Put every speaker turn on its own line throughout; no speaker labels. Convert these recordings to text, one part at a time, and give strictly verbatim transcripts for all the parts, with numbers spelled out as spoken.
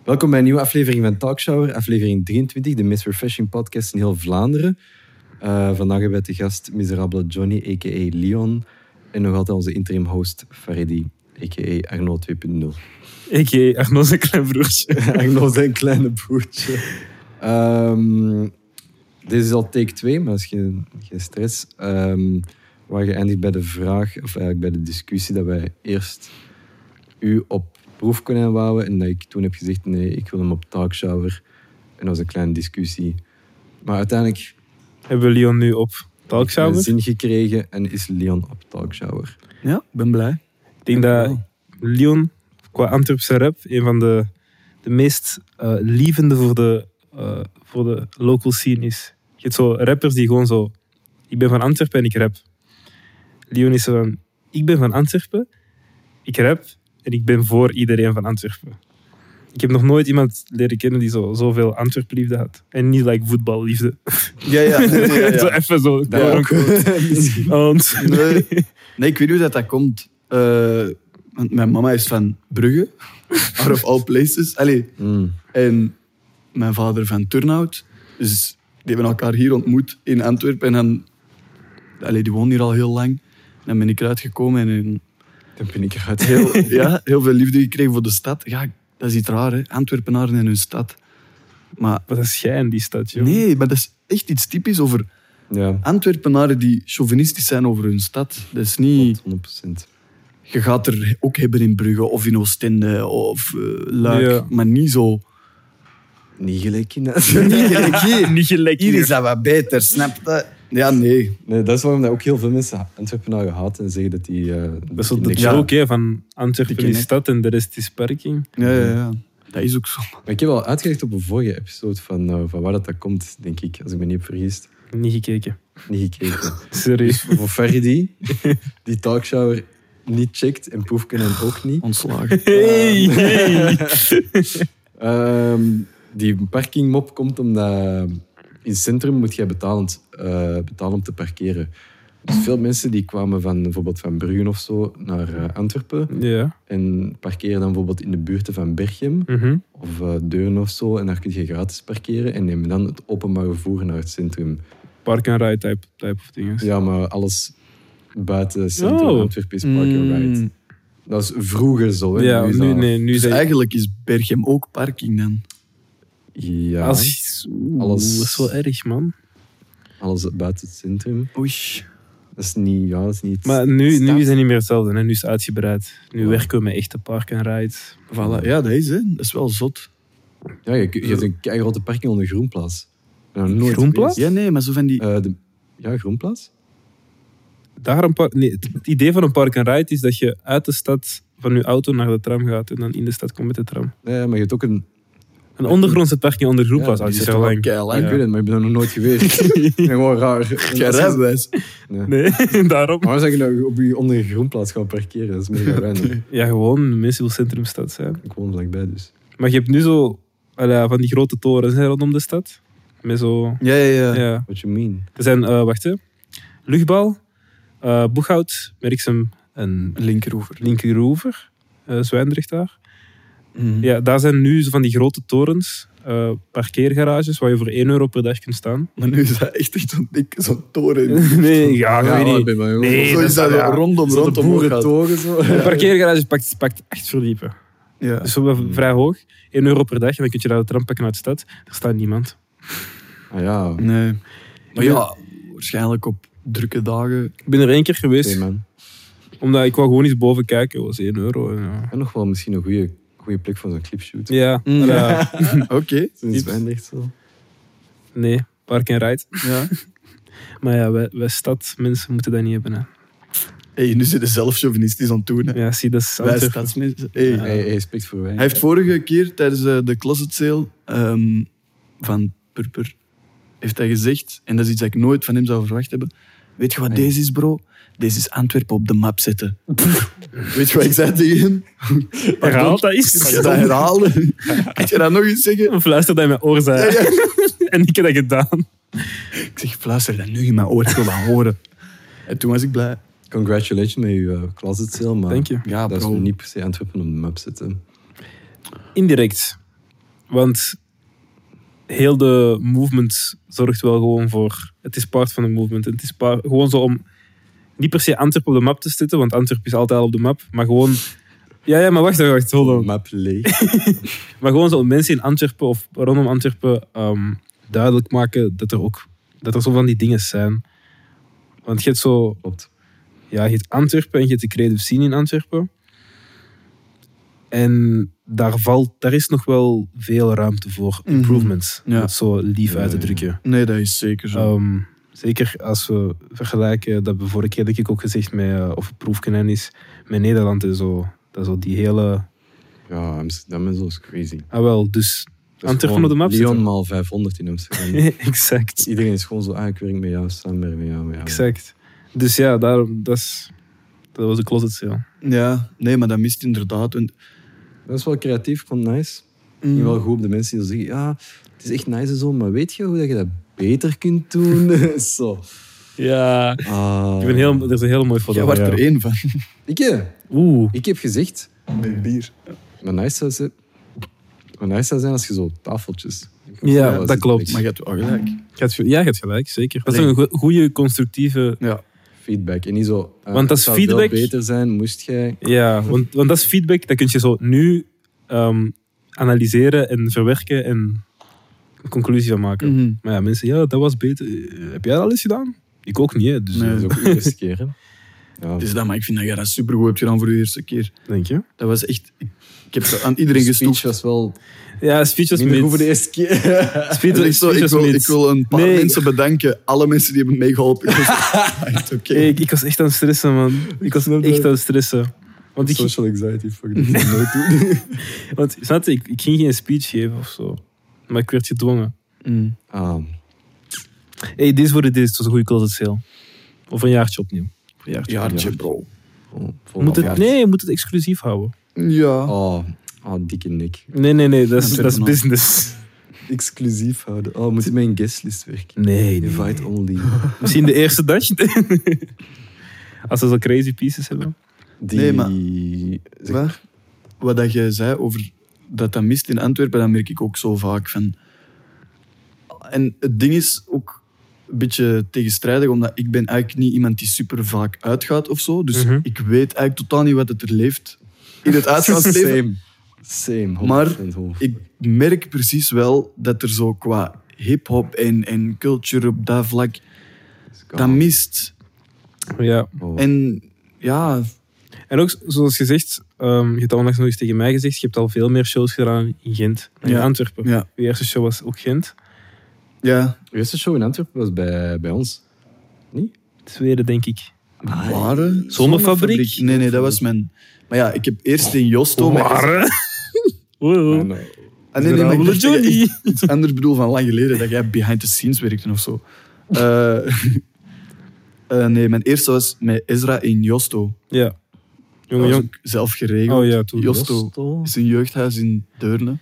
Welkom bij een nieuwe aflevering van Talkshower, aflevering drieëntwintig, de meest refreshing podcast in heel Vlaanderen. Uh, vandaag hebben we te gast Miserabele Johnny, a k a. Leon. En nog altijd onze interim host Faridi, a k a. Arno twee punt nul.
a k a. Arno zijn klein broertje.
Arno zijn kleine broertje. Um, deze is al take twee, maar dat is geen, geen stress. Um, we waren geëindigd bij de vraag, of eigenlijk bij de discussie, dat wij eerst u op proefkonijn wouden. En dat ik toen heb gezegd, nee, ik wil hem op Talkshower. En dat was een kleine discussie. Maar uiteindelijk
hebben we Leon nu op Talkshower?
Een zin gekregen en is Leon op Talkshower.
Ja, ik ben blij.
Ik denk dat Leon, qua Antwerpse rap, een van de, de meest uh, lievende voor de, uh, voor de local scene is. Je hebt zo rappers die gewoon zo... Ik ben van Antwerpen en ik rap. Leon is zo van... Ik ben van Antwerpen, ik rap en ik ben voor iedereen van Antwerpen. Ik heb nog nooit iemand leren kennen die zo, zoveel Antwerpenliefde had. En niet like voetballiefde.
Ja, ja. Nee, nee, ja, ja.
Zo even zo.
Dat
nee. nee, ik weet hoe dat, dat komt. Uh, want mijn mama is van Brugge. Out of all places. Allee. Mm. En mijn vader van Turnhout. Dus die hebben elkaar hier ontmoet in Antwerpen. En dan... Allee, die woont hier al heel lang. En dan ben ik eruit gekomen en...
Dan ben ik eruit.
Heel, ja, heel veel liefde gekregen voor de stad. Ja, dat is iets raar, hè. Antwerpenaren en hun stad. Maar
wat is jij in die stad, joh?
Nee, maar dat is echt iets typisch over ja. Antwerpenaren die chauvinistisch zijn over hun stad. Dat is niet...
honderd procent.
Je gaat er ook hebben in Brugge of in Oostende of uh, Luik, ja. Maar niet zo...
Niet gelijk in...
niet gelijk hier.
Niet gelijk hier.
Hier is dat wat beter, snap je? Ja, nee.
nee. Dat is waarom ook heel veel mensen Antwerpenaren haten en zeggen dat die... Uh,
dat is de joke, hè, van Antwerpen is stad en de rest is parking.
Ja, ja, ja. Dat is ook zo.
Maar ik heb al uitgelegd op een vorige episode van, uh, van waar dat, dat komt, denk ik, als ik me niet heb vergist.
Niet gekeken.
Niet gekeken.
Sorry.
Dus voor Faridi, die Talkshower niet checkt en Proefkonijn ook niet.
Ontslagen.
Hey, hey.
um, die parkingmop komt omdat in het centrum moet je betalen, uh, betalen om te parkeren. Dus veel mensen die kwamen van, bijvoorbeeld van Brugge of zo naar uh, Antwerpen.
Ja.
En parkeren dan bijvoorbeeld in de buurten van Berchem
mm-hmm.
of uh, Deurne of zo. En daar kun je gratis parkeren en nemen dan het openbaar vervoer naar het centrum.
Park-and-ride type, type of dingen.
Ja, maar alles buiten het centrum oh. Antwerpen is park-and-ride. Mm. Dat is vroeger zo. Hè?
Ja, nu, nu, nee, nu
dus eigenlijk is Berchem ook parking dan?
Ja.
Als, oeh, alles, dat is wel erg, man.
Alles buiten het centrum.
Oei.
Dat is niet... Ja, dat is niet
maar nu, nu is het niet meer hetzelfde. Hè? Nu is het uitgebreid. Nu ja. werken we met echte park-and-ride.
Voilà. Ja, dat is hè. Dat is wel zot.
Ja, je, je hebt een grote parking onder Groenplaats.
Nou, Groenplaats?
Ja, nee, maar zo van die...
Uh, de, ja, Groenplaats.
Daar een par- nee, het idee van een park-and-ride is dat je uit de stad van je auto naar de tram gaat en dan in de stad komt met de tram.
Nee, maar je hebt ook een...
Een ondergrondse parking onder Groenplaats.
Ja,
dat is er lang.
Keil, ja. Ik weet het, maar ik ben er nog nooit geweest. Ik ben gewoon raar.
Geen rijbewijs.
Nee, nee daarom.
Maar zeg je nou op je onder Groenplaats gaan parkeren? Dat is mega weinig.
Ja, gewoon. Mensen wil centrumstad zijn.
Ik woon vlakbij dus.
Maar je hebt nu zo alla, van die grote torens hè, rondom de stad. Met zo...
Ja, ja, ja.
ja.
What you mean?
Er zijn, uh, wacht hè. Luchtbal, uh, Boeghout, Merksem en...
Linkeroever.
Linkeroever. Uh, Zwijndrecht daar.
Mm.
Ja, daar zijn nu zo van die grote torens, uh, parkeergarages, waar je voor één euro per dag kunt staan.
Maar nu is dat echt, echt zo'n dikke zo'n toren.
Nee, ja, ik
ja,
weet niet.
Ben maar,
nee, zo is dat ja. rondom, rondom.
Boerentoren zo.
Een parkeergarage pakt, pakt echt verdiepen.
Ja.
Dus zo mm. vrij hoog. één euro per dag en dan kun je daar de tram pakken uit de stad. Er staat niemand.
Ah ja.
Nee. Maar ja, waarschijnlijk op drukke dagen.
Ik ben er één keer geweest.
Nee, man.
Omdat ik wou gewoon eens boven kijken. Dat was één euro. Ja.
En nog wel misschien een goede... goede plek voor zo'n clipshoot.
Ja.
Mm. ja. Oké. Okay.
Zo'n Zwijndrecht zo.
Nee, park en ride.
Ja.
Maar ja, wij, wij stadmensen moeten dat niet hebben. Hè.
Hey, nu zit hij zelf chauvinistisch aan het doen. Hè.
Ja, zie, dat is
wij stadsmensen. Hey.
Ja. Hey, hey, respect voor wij.
Hij heeft vorige keer tijdens uh, de closet sale um, van Purper heeft hij gezegd, en dat is iets dat ik nooit van hem zou verwacht hebben, weet je wat hey. deze is, bro? Deze is Antwerpen op de map zetten. Weet je wat ik zei tegen hem?
Herhaal dat eens.
Kan je dat herhalen? Kan je dat nog eens zeggen?
Fluister dat in mijn oor, zei ja, ja. En ik heb dat gedaan.
Ik zeg, fluister dat nu in mijn oor, ik wil dat horen. En toen was ik blij.
Congratulations met je uh, closet sale, maar
Dank je.
Ja, dat bro. Is niet per se Antwerpen op de map zetten.
Indirect. Want heel de movement zorgt wel gewoon voor... Het is part van de movement. Het is part, gewoon zo om... Niet per se Antwerpen op de map te zetten, want Antwerpen is altijd al op de map. Maar gewoon... Ja, ja, maar wacht, wacht, hold on.
Map leeg.
Maar gewoon zo om mensen in Antwerpen of rondom Antwerpen um, duidelijk maken dat er ook... Dat er zo van die dingen zijn. Want je hebt zo...
Klopt.
Ja, je hebt Antwerpen en je hebt de creative scene in Antwerpen. En daar, valt, daar is nog wel veel ruimte voor improvements.
Mm-hmm. Ja.
Om het zo lief
Ja,
uit te
ja.
drukken.
Nee, dat is zeker zo.
Um, zeker als we vergelijken, dat hebben we vorige keer denk ik ook gezegd, met, uh, of het proefkonijn is, met Nederland en zo. Dat zo die hele...
Ja, Amsterdam is zo crazy.
Ah wel, dus
Dat is
Antwerpen
gewoon
op de map
Lyon
zetten.
maal vijfhonderd in Amsterdam.
Exact.
Iedereen is gewoon zo, ah, ik werk met jou, samen met jou, met jou.
Exact. Dus ja, daarom, dat, is, dat was de closet sale.
Ja, nee, maar dat mist inderdaad. En,
Dat is wel creatief, ik vond het nice. Ik
mm,
ben wel goed op de mensen die zeggen, ja, het is echt nice en zo, maar weet je hoe dat je dat beter kunt doen? zo.
Ja.
Ah.
Ik ben heel, er is een heel mooi foto
jij
van
wordt er
jou.
één van.
Ik, eh,
Oeh.
ik heb gezegd,
Met bier.
maar nice zou zijn, maar nice zou zijn als je zo tafeltjes...
Ja,
was
dat
het
klopt.
Maar je hebt wel gelijk.
Je hebt, ja, je hebt gelijk, zeker. Dat is
Alleen-
een go- goede, constructieve...
Ja.
feedback. En niet zo, uh,
Want dat is
het zou
feedback-
veel beter zijn, moest jij...
Ja, want, want dat is feedback. Dat kun je zo nu um, analyseren en verwerken en een conclusie van maken.
Mhm.
Maar ja, mensen, ja, dat was beter. Eh, Heb jij dat al eens gedaan? Ik ook niet, hè. Dus
Nee.
eh,
Dat is ook de eerste keer, hè. Ja,
Dus dat, maar ik vind dat jij dat supergoed hebt gedaan voor de eerste keer.
denk je?
Dat was echt... Ik, ik heb dat aan iedereen
de speech
gestopt.
was wel
Ja, speech was
minder
mid.
goed voor de eerste keer.
Speech,
En ik, zo,
speech
ik,
was
wil,
mid.
ik wil een paar
Nee.
mensen bedanken. Alle mensen die hebben meegeholpen. Ik was- Ah, Oké.
Hey, ik, ik was echt aan het stressen, man. Ik was
snap
echt
dat.
aan het stressen. Want ik,
Social anxiety, fuck dat ik nooit doen.
want, snap je, ik, ik ging geen speech geven of zo. Maar ik werd gedwongen.
Mm.
Ah,
Hey, dit is voor de dit. Het was een goede closet sale. Of een jaartje opnieuw. Een jaartje.
Jaartje, bro.
vol, vol
Moet het,
afjaartje.
nee, je moet het exclusief houden.
Ja.
Oh, oh, dikke nek.
Nee, nee, nee. Dat is,
Ja,
dat is
Antwerpen
business.
Exclusief houden. Oh, moet je met een guestlist werken?
Nee, nee.
Invite only.
Misschien de eerste dag. Als ze zo crazy pieces hebben.
Die...
Nee, maar-
zeg-
Waar? Wat dat jij zei over dat dat mist in Antwerpen, dat merk ik ook zo vaak van. En het ding is ook een beetje tegenstrijdig, omdat ik ben eigenlijk niet iemand die super vaak uitgaat of zo. Dus
Mhm.
ik weet eigenlijk totaal niet wat het er leeft in het uitgaansleven.
Same. Same. honderd
Maar
procent hoofd.
Ik merk precies wel dat er zo qua hip-hop en, en culture op dat vlak, dat mist.
Ja.
Oh.
En ja,
En ook, zoals gezegd, um, je hebt al onlangs nog eens tegen mij gezegd, je hebt al veel meer shows gedaan in Gent dan in
Ja.
Antwerpen.
ja,
Je eerste show was ook Gent.
ja.
De eerste show in Antwerpen was bij, bij ons. Niet?
Tweede, denk ik.
Waren?
Zonnefabriek?
Nee, nee, dat was mijn... Maar ja, ik heb eerst in Josto... met-
Waren? Wow.
Ah, nou,
Ah, nee, nee, maar ik dacht dat
Johnny.
je echt iets anders bedoel van lang geleden, dat jij behind the scenes werkte of zo. Eh, eh, nee, mijn eerste was met Ezra in Josto.
Ja.
Dat
Jongen,
was
jong.
ook zelf geregeld.
Oh ja, toen.
Josto
Josto.
is een jeugdhuis in Deurne.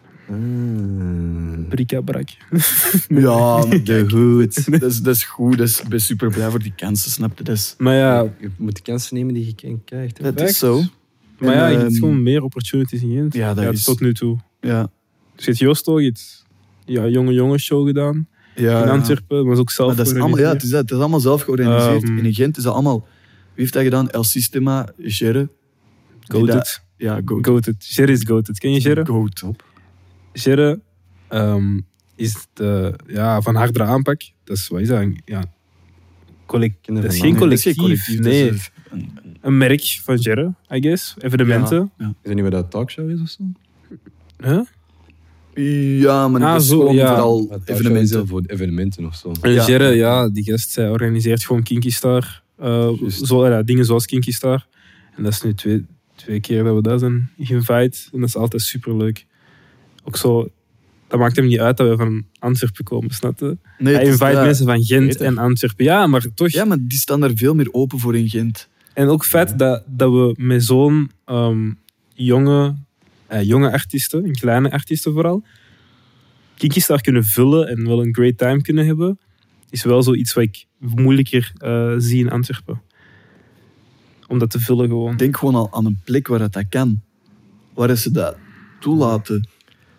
Ah.
Brika-brak.
Ja, maar
De
kijk,
hoed.
dat is, dat is goed. Dat is, ik ben super blij voor die kansen, snap je? Dat is,
Maar ja,
Je moet de kansen nemen die je ken- krijgt. hè.
dat
Fact.
is zo.
maar ja,
En,
je hebt
ehm,
gewoon meer opportunities in Gent.
ja, dat is-
tot nu toe.
Ja,
Dus je hebt Josto, je hebt ja, jonge jongens show gedaan.
ja,
in Antwerpen, dat was ook zelf
Maar dat is allemaal, ja, het, is dat, het is allemaal zelf georganiseerd.
Ehm.
En in Gent is dat allemaal... Wie heeft dat gedaan? El Sistema, Gerre. Die
Goated.
dat- Ja, Goat.
Goated. Gerre is goated. Ken je Gerre?
Goat.
Gerre ehm, is de, ja, van hardere aanpak. Dat is, wat is dat? Ja, collect,
ken er
dat is
van
geen
naam.
Nee, dat is
collectief.
geen collectief,
Nee,
dat is een- een-
een merk van Gerre, I guess. Evenementen.
Ja,
Is dat niet wat dat talkshow is of zo?
Huh?
ja, maar
Ah,
dat is
zo,
gewoon
ja.
vooral
Wat talkshow is
evenementen.
wel voor evenementen of zo.
En
Ja.
Gerre, ja, die gast, zij organiseert gewoon Kinky Star. eh,
Juist.
zo, ja, dingen zoals Kinky Star. En dat is nu twee, twee keer dat we dat zijn geïnvite. En dat is altijd superleuk. Ook zo, dat maakt hem niet uit dat we van Antwerpen komen, snap je?
Nee,
Hij
het is-
invite
ja,
mensen van Gent
beter.
en Antwerpen. Ja, maar toch.
Ja, maar die staan daar veel meer open voor in Gent.
En ook het feit dat, dat we met zo'n ehm, jonge, eh, jonge artiesten, en kleine artiesten vooral, Kinky Star kunnen vullen en wel een great time kunnen hebben, is wel zoiets wat ik moeilijker eh, zie in Antwerpen. Om dat te vullen gewoon.
Denk gewoon al aan een plek waar dat, dat kan. Waar ze dat toelaten.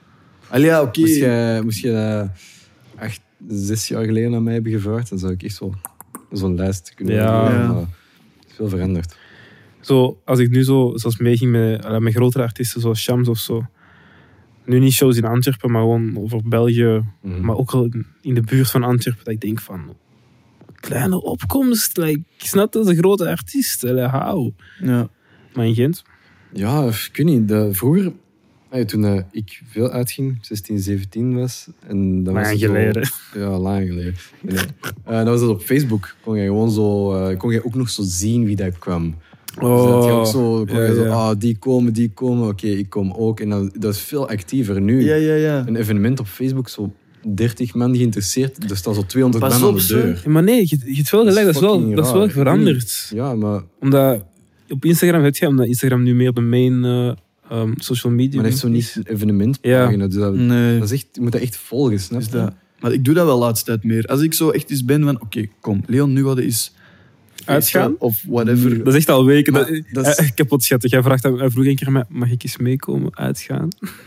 Allee, ja, oké.
Moest je, moest je dat echt zes jaar geleden aan mij hebben gevraagd, dan zou ik echt zo, zo'n lijst kunnen
Ja.
maken.
Ja.
Maar het is veel veranderd.
Zo, als ik nu zo, zoals meeging met, allee, met grotere artiesten zoals Shams of zo. Nu niet shows in Antwerpen, maar gewoon over België.
Mhm.
Maar ook al in de buurt van Antwerpen. Dat ik denk van, kleine opkomst. Like, ik snap dat is een grote artiest. Allee, hou.
Ja.
Maar in Gent?
Ja, ik weet niet. De, vroeger, ah, toen uh, ik veel uitging, zestien, zeventien was. En dat was
Lang
zo-
geleden.
Ja, lang geleden. Nee. Uh, dat was dat op Facebook. Kon je gewoon zo, uh, kon je ook nog zo zien wie dat kwam. Dus dat je ook zo, kon
ja,
je zo,
ja.
ah, die komen, die komen. Oké, ik kom ook. En dan, dat is veel actiever. Nu,
Ja, ja, ja.
een evenement op Facebook, zo dertig man geïnteresseerd. Er staan zo tweehonderd
Pas
man
op,
aan de
zo.
deur.
Ja, maar nee, je, je hebt wel gelijk. Dat is wel,
fucking
dat is wel
raar.
veranderd.
Ja, maar,
Omdat op Instagram heb je, omdat Instagram nu meer de main uh, um, social media
maar dat heeft zo niet een evenementpagina. Dus dat,
Nee.
dat is echt, je moet dat echt volgen, snap
Is
je?
dat... Maar ik doe dat wel de laatste tijd meer. Als ik zo echt eens ben van, oké, kom, Leon, nu wat is
Uitgaan?
of whatever.
Dat is echt al weken.
Maar
Dat,
dat is-
eh, kapot schattig. Hij, vraagt, hij vroeg een keer, mij, mag ik eens meekomen, uitgaan?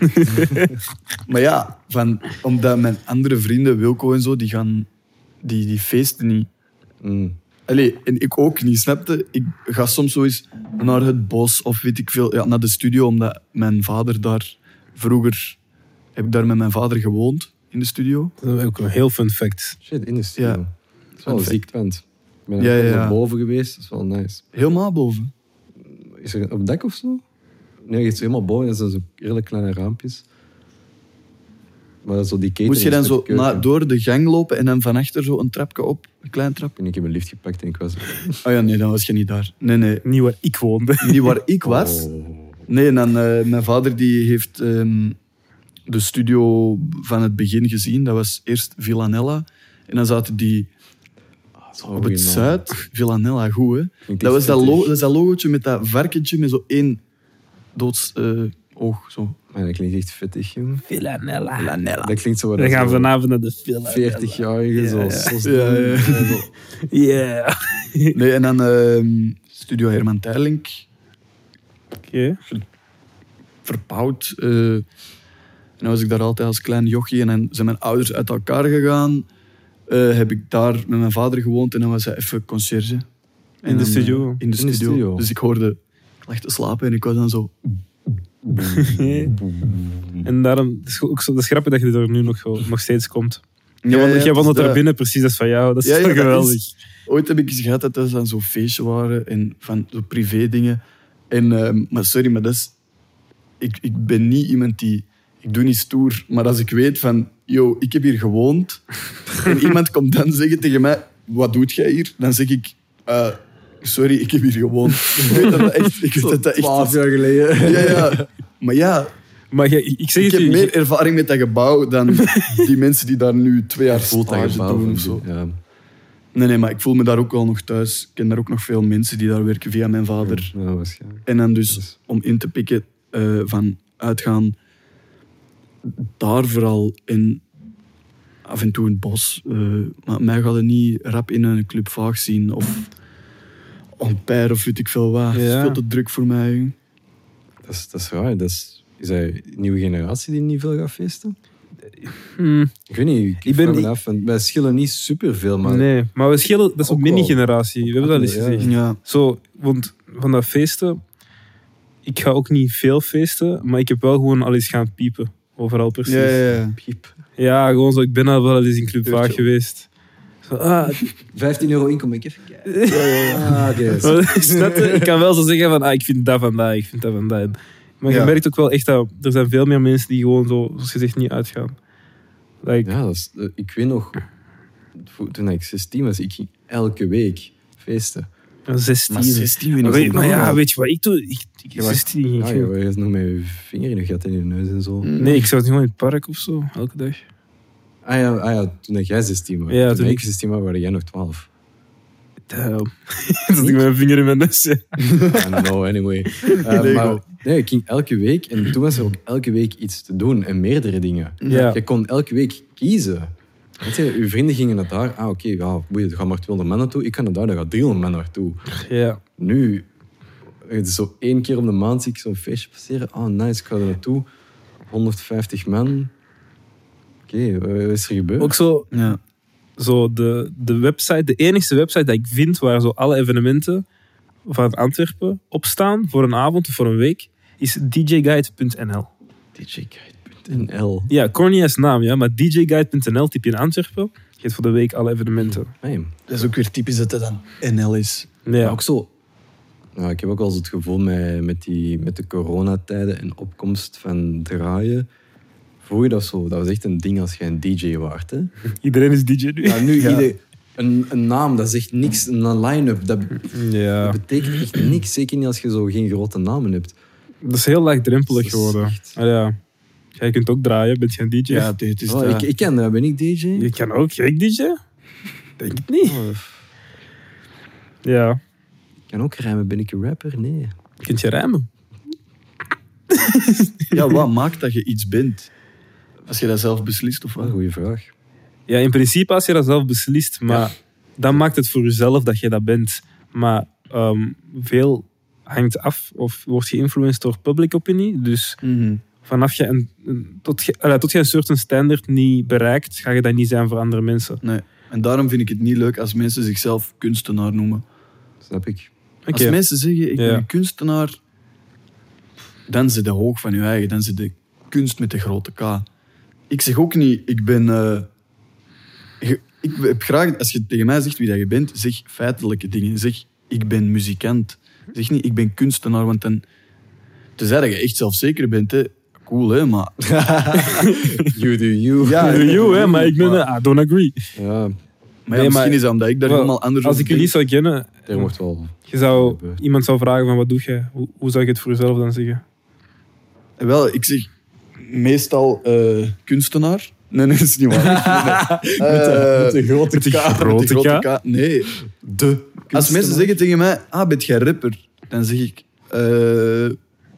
Maar ja, van, omdat mijn andere vrienden, Wilco en zo, die gaan die, die feesten niet.
Mm.
Allee, en ik ook niet, snapte? Ik ga soms zo eens naar het bos of weet ik veel, ja, naar de studio, omdat mijn vader daar vroeger, heb ik daar met mijn vader gewoond in de studio.
Dat is ook een heel fun fact.
Shit, in de studio.
Ja.
Dat is wel een
Fun
ziek punt. Ik ben
Ja,
er
ja, ja.
boven geweest, dat is wel nice.
Helemaal boven.
Is er op het dak of zo? Nee, je is helemaal boven, dat zijn zo hele kleine raampjes. Maar zo die catering
Moest je
is
dan
met
zo
keuken.
na, door de gang lopen en dan van achter zo een trapje op, een klein trap?
En ik heb een lift gepakt en ik was...
Oh ja, nee, dan was je niet daar. Nee, nee.
Niet waar ik woonde.
Niet waar ik was.
Oh.
Nee, en dan eh, mijn vader die heeft ehm, de studio van het begin gezien. Dat was eerst Villanella. En dan zaten die
Zo
op
goeie
het
naam.
Zuid. Villanella, goed hè.
Klinkt
Dat
echt
was dat,
vettig.
lo- dat is dat logootje met dat varkentje met zo één doods eh, oog. Zo.
Maar dat klinkt echt vettig, jongen.
Villanella.
Villanella.
Dat klinkt zo...
Dan gaan we
zo
vanavond naar de film.
veertig-jarige,
Ja,
zo
ja.
sos
Ja,
doen.
ja.
En zo.
Yeah.
Nee, en dan ehm, Studio Herman Teylink.
Oké.
Verbouwd. eh. en dan was ik daar altijd als klein jochie. En dan zijn mijn ouders uit elkaar gegaan. Eh, heb ik daar met mijn vader gewoond. En dan was hij even conciërge. En
In de
dan,
studio?
eh, In de
In de
studio.
studio.
Dus ik hoorde... Ik lag te slapen en ik was dan zo...
En daarom, het is ook zo, dat is grappig dat je er nu nog, zo- nog steeds komt.
Ja,
Jij wandelt,
ja,
jij wandelt
dus
daar
dat-
binnen, precies, dat is van jou. Dat is
Ja, ja,
toch
dat
geweldig.
is- Ooit heb ik eens gehad dat dat dan zo'n feestje waren. En van zo privé dingen. En, ehm, maar sorry, maar dat is... Ik, ik ben niet iemand die... Ik doe niet stoer. Maar als ik weet van... Yo, ik heb hier gewoond. en iemand komt dan zeggen tegen mij... Wat doet jij hier? Dan zeg ik... "Eh, sorry, ik heb hier gewoond. Ik weet dat dat echt... Ik weet dat dat echt
twaalf
is.
jaar geleden.
Ja, ja. Maar ja,
Maar jij- ik zeg
ik
het
heb
je,
meer ervaring met dat gebouw dan die mensen die daar nu twee jaar
Voelt dat
stage
gebouw
doen of
van
zo.
die- Ja.
Nee, nee, maar ik voel me daar ook wel nog thuis. Ik ken daar ook nog veel mensen die daar werken via mijn vader.
Ja, waarschijnlijk.
En dan dus,
Dus-
om in te pikken eh, van uitgaan, daar vooral in af en toe in het bos. Eh, maar mij gaat het niet rap in een club vaag zien of Ampère of weet ik veel wat. Het is
Ja.
veel te druk voor mij.
Dat is, dat is raar. Dat is, is dat een nieuwe generatie die niet veel gaat feesten?
Hmm,
Ik weet niet. Ik,
Ik ben
vraag me
niet-
af. want Wij schillen niet superveel, maar...
nee, maar we schelen, dat is een
Ook wel.
mini-generatie. We hebben dat eens
Ja.
gezegd.
Ja.
Zo, want van dat feesten, ik ga ook niet veel feesten, maar ik heb wel gewoon al eens gaan piepen. Overal precies.
Ja,
Ja,
ja, ja.
Piep.
gewoon zo, ik ben al wel eens in Club
Deurtje
Vaag
op.
geweest. Zo, ah,
vijftien euro inkomen, ik even kijken.
Ja, ja, ja.
Ah, oké.
maar snap je? Ik kan wel zo zeggen van, ah, ik vind dat van dat, ik vind dat van dat. Maar je
Ja.
merkt ook wel echt dat er zijn veel meer mensen die gewoon zo, zoals je zegt, niet uitgaan. Like,
Ja, dat is, eh, ik weet nog... Toen ik zestien was, ik ging elke week feesten.
zestien.
Maar zestien weet
Maar,
ik
weet, maar ja,
nog.
weet je wat ik doe? Ik, ik
Ja, maar-
zestien ging
Ja,
ik
je
veel.
was nog met je vinger in je gat in je neus en zo.
Mm.
Nee, ik zat gewoon in het park of zo, elke dag.
Ah ja, ah ja, toen jij zestien was.
Ja,
toen,
toen
ik
ik-
zestien was, waren jij nog twaalf.
Damn. Zat ik met mijn vinger in mijn neus. Ja.
I don't know, anyway. Uh,
Lego.
maar nee, ik ging elke week en toen was er ook elke week iets te doen en meerdere dingen.
Ja.
Je kon elke week kiezen. Weet je, je vrienden gingen naar daar. Ah, oké, ja, boeien, er gaan maar tweehonderd man naartoe. Ik ga naar daar, daar gaat driehonderd man naartoe.
Ja.
Nu, het is zo één keer om de maand zie ik zo'n feestje passeren. Ah, nice, ik ga er naartoe. honderdvijftig man. Oké, okay, wat is er gebeurd?
Ook zo,
Ja.
zo de, de website, de enigste website dat ik vind waar zo alle evenementen van Antwerpen opstaan voor een avond of voor een week, is d j guide punt n l.
d j guide punt n l.
Ja, corny als naam, ja, maar d j guide punt n l typ je in Antwerpen. Je hebt voor de week alle evenementen.
Hey.
Dat is ook weer typisch dat het dan N L is.
Ja.
Maar ook zo... Nou, ik heb ook wel eens het gevoel met, met, die, met de coronatijden en opkomst van draaien. Vroeger dat zo, dat was echt een ding als je een D J waart. Hè?
Iedereen is D J nu.
Ja, nu
Ja.
ieder- een, een naam, dat zegt niks. Een line-up, dat,
Ja.
dat betekent echt niks. Zeker niet als je zo geen grote namen hebt.
Dat is heel laagdrempelig
Dat is
geworden.
echt-
Ah, ja. Jij kunt ook draaien, bent je een D J?
Ja, dit is
Oh,
de-
ik, ik ken dat, ben ik D J?
Je kan ook, jij D J? Denk het niet.
Oh,
Ja.
ik kan ook rijmen, ben ik een rapper? Nee.
Kunt je rijmen?
ja, wat maakt dat je iets bent? Als je dat zelf beslist of
Wat
wat?
een goede vraag.
Ja, in principe als je dat zelf beslist, maar dan maakt het voor jezelf dat je dat bent. Maar ehm, veel hangt af of wordt geïnfluenced door public opinie. Dus
Mhm.
vanaf je een, een- tot, je, allee, tot je een certain standaard niet bereikt, ga je dat niet zijn voor andere mensen.
Nee. En daarom vind ik het niet leuk als mensen zichzelf kunstenaar noemen.
Snap ik.
Oké.
Als mensen zeggen, ik ben
Ja.
een kunstenaar, dan zit de hoog van je eigen. Dan zit de kunst met de grote K. Ik zeg ook niet, ik ben... eh, je- ik heb graag, als je tegen mij zegt wie dat je bent, zeg feitelijke dingen. Zeg, ik ben muzikant. Zeg niet, ik ben kunstenaar, want dan... Tenzij dat je echt zelfzeker bent, hè. Cool, hè, maar...
You do you.
Ja,
You, you, hè, maar ik ben...
Maar-
I don't agree.
Ja,
Maar ja,
Nee,
misschien
maar-
is dat omdat ik daar
Wel,
helemaal anders
Als
over
ik je niet
denk.
zou kennen,
er wordt wel...
je zou,
gebeurd.
iemand zou vragen van wat doe jij? Hoe, hoe zou je het voor jezelf dan zeggen?
Wel, ik zeg meestal eh, kunstenaar. Nee, nee, dat is niet waar. Nee, nee. Eh,
met de grote
met de
K.
grote
met de grote
K?
K. Nee, de. Als mensen zeggen tegen mij, ah, ben jij rapper? Dan zeg ik, eh,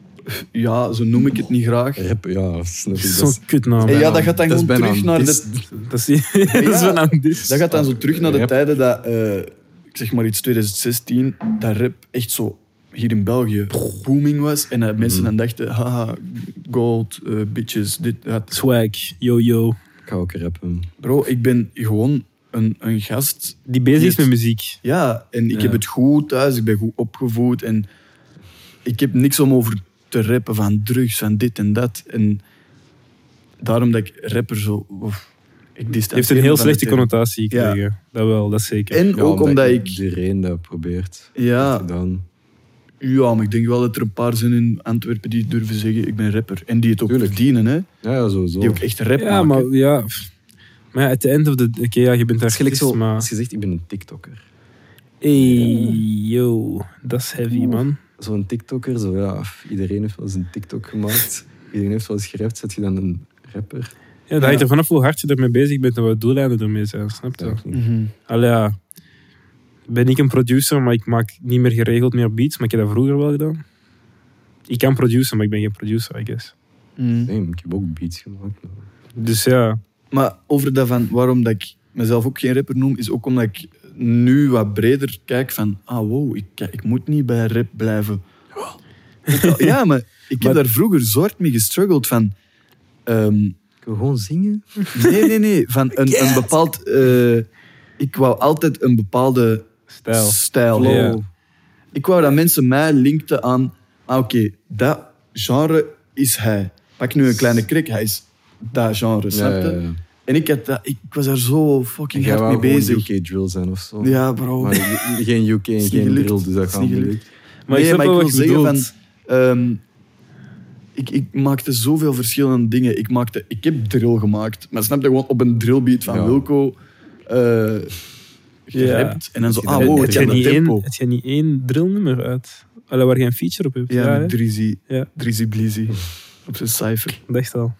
ja, zo noem ik het niet graag.
Rap, ja, snap ik.
Zo'n
Dat is-
kutnaam.
En
hè.
ja, dat gaat dan
dat is
gewoon
bijna
terug
een
naar
dis.
de...
Dat is, dat is
Ja.
wel aan dit.
Dat gaat dan zo terug naar de
Rap.
tijden dat, eh, ik zeg maar iets twintig zestien, dat rap echt zo hier in België booming was. En dat mensen dan dachten, haha, gold, eh, bitches, dit, dat.
Swag, yo-yo.
Ik ga ook rappen.
Bro, ik ben gewoon een, een gast.
Die bezig is
Yes.
met muziek.
Ja, en ik
Ja.
heb het goed thuis, ik ben goed opgevoed. En ik heb niks om over te rappen van drugs, van dit en dat. En daarom dat ik rapper zo... Of, ik
Het
distancieer
heeft een
me
heel
van
slechte
de term.
connotatie gekregen. Dat wel, dat zeker.
En
Ja,
ook omdat ik...
Iedereen dat probeert.
Ja,
Gedaan.
ja, maar ik denk wel dat er een paar zijn in Antwerpen die durven zeggen, ik ben rapper. En die het ook
Tuurlijk.
verdienen, hè.
Ja, ja, sowieso.
Die ook echt rap
ja,
maken.
maar ja... pff. Maar ja, at the end of the... Oké, ja, je bent
Het is gelijk
artiest,
zo,
maar...
als je zegt, ik ben een TikToker.
Hey, yo. Dat is heavy, man.
Zo'n TikToker, zo ja, iedereen heeft wel eens een TikTok gemaakt. Iedereen heeft wel eens gerapt, zet je dan een rapper?
Ja, dat hangt er vanaf hoe hard je ermee bezig bent en wat doeleinden ermee zijn, snap je?
Ja, ik niet.
Mhm.
Allee, ja. Ben ik een producer, maar ik maak niet meer geregeld meer beats, maar ik heb dat vroeger wel gedaan. Ik kan produceren, maar ik ben geen producer, I guess.
Mhm.
Nee, ik heb ook beats gemaakt. maar-
Dus ja,
Maar over dat van waarom dat ik mezelf ook geen rapper noem, is ook omdat ik nu wat breder kijk van, ah wow, ik, ik moet niet bij rap blijven. Ja, maar ik heb
Maar-
daar vroeger zo hard mee gestruggeld van... ehm,
Ik wil gewoon zingen.
nee, nee, nee. Van een, een bepaald... eh, ik wou altijd een bepaalde
stijl.
stijl.
Flow. Ja.
Ik wou dat mensen mij linkten aan... Ah, oké, dat genre is hij. Pak nu een kleine krik, hij is dat genre, snap je?
Ja, ja, ja.
En ik, had dat, ik was daar zo
En
fucking
jij
hard
wou
mee
gewoon
bezig.
U K drill zijn of zo.
Ja, bro.
Maar ge- geen U K en
Is niet
geen
gelukt.
drill, dus dat
Is
gaat
niet
niet
gelukt.
lukken.
Maar ik
nee,
snap
maar ik
wel
wil
wat je
zeggen van...
bedoelt.
ehm, ik, ik maakte zoveel verschillende dingen. Ik, maakte, ik heb drill gemaakt. Maar snap je, gewoon op een drillbeat van
Ja.
Wilco... eh gerapt. En dan zo,
Je
ah,
bent-
wow,
Heb
het
jij
gaat
niet
een
één,
tempo.
heb jij niet één drillnummer uit? Allee, waar je een feature op hebt?
Ja,
hè?
met Drizzy.
Ja.
Drizzy Blizzy. Op zijn cijfer.
Dacht al.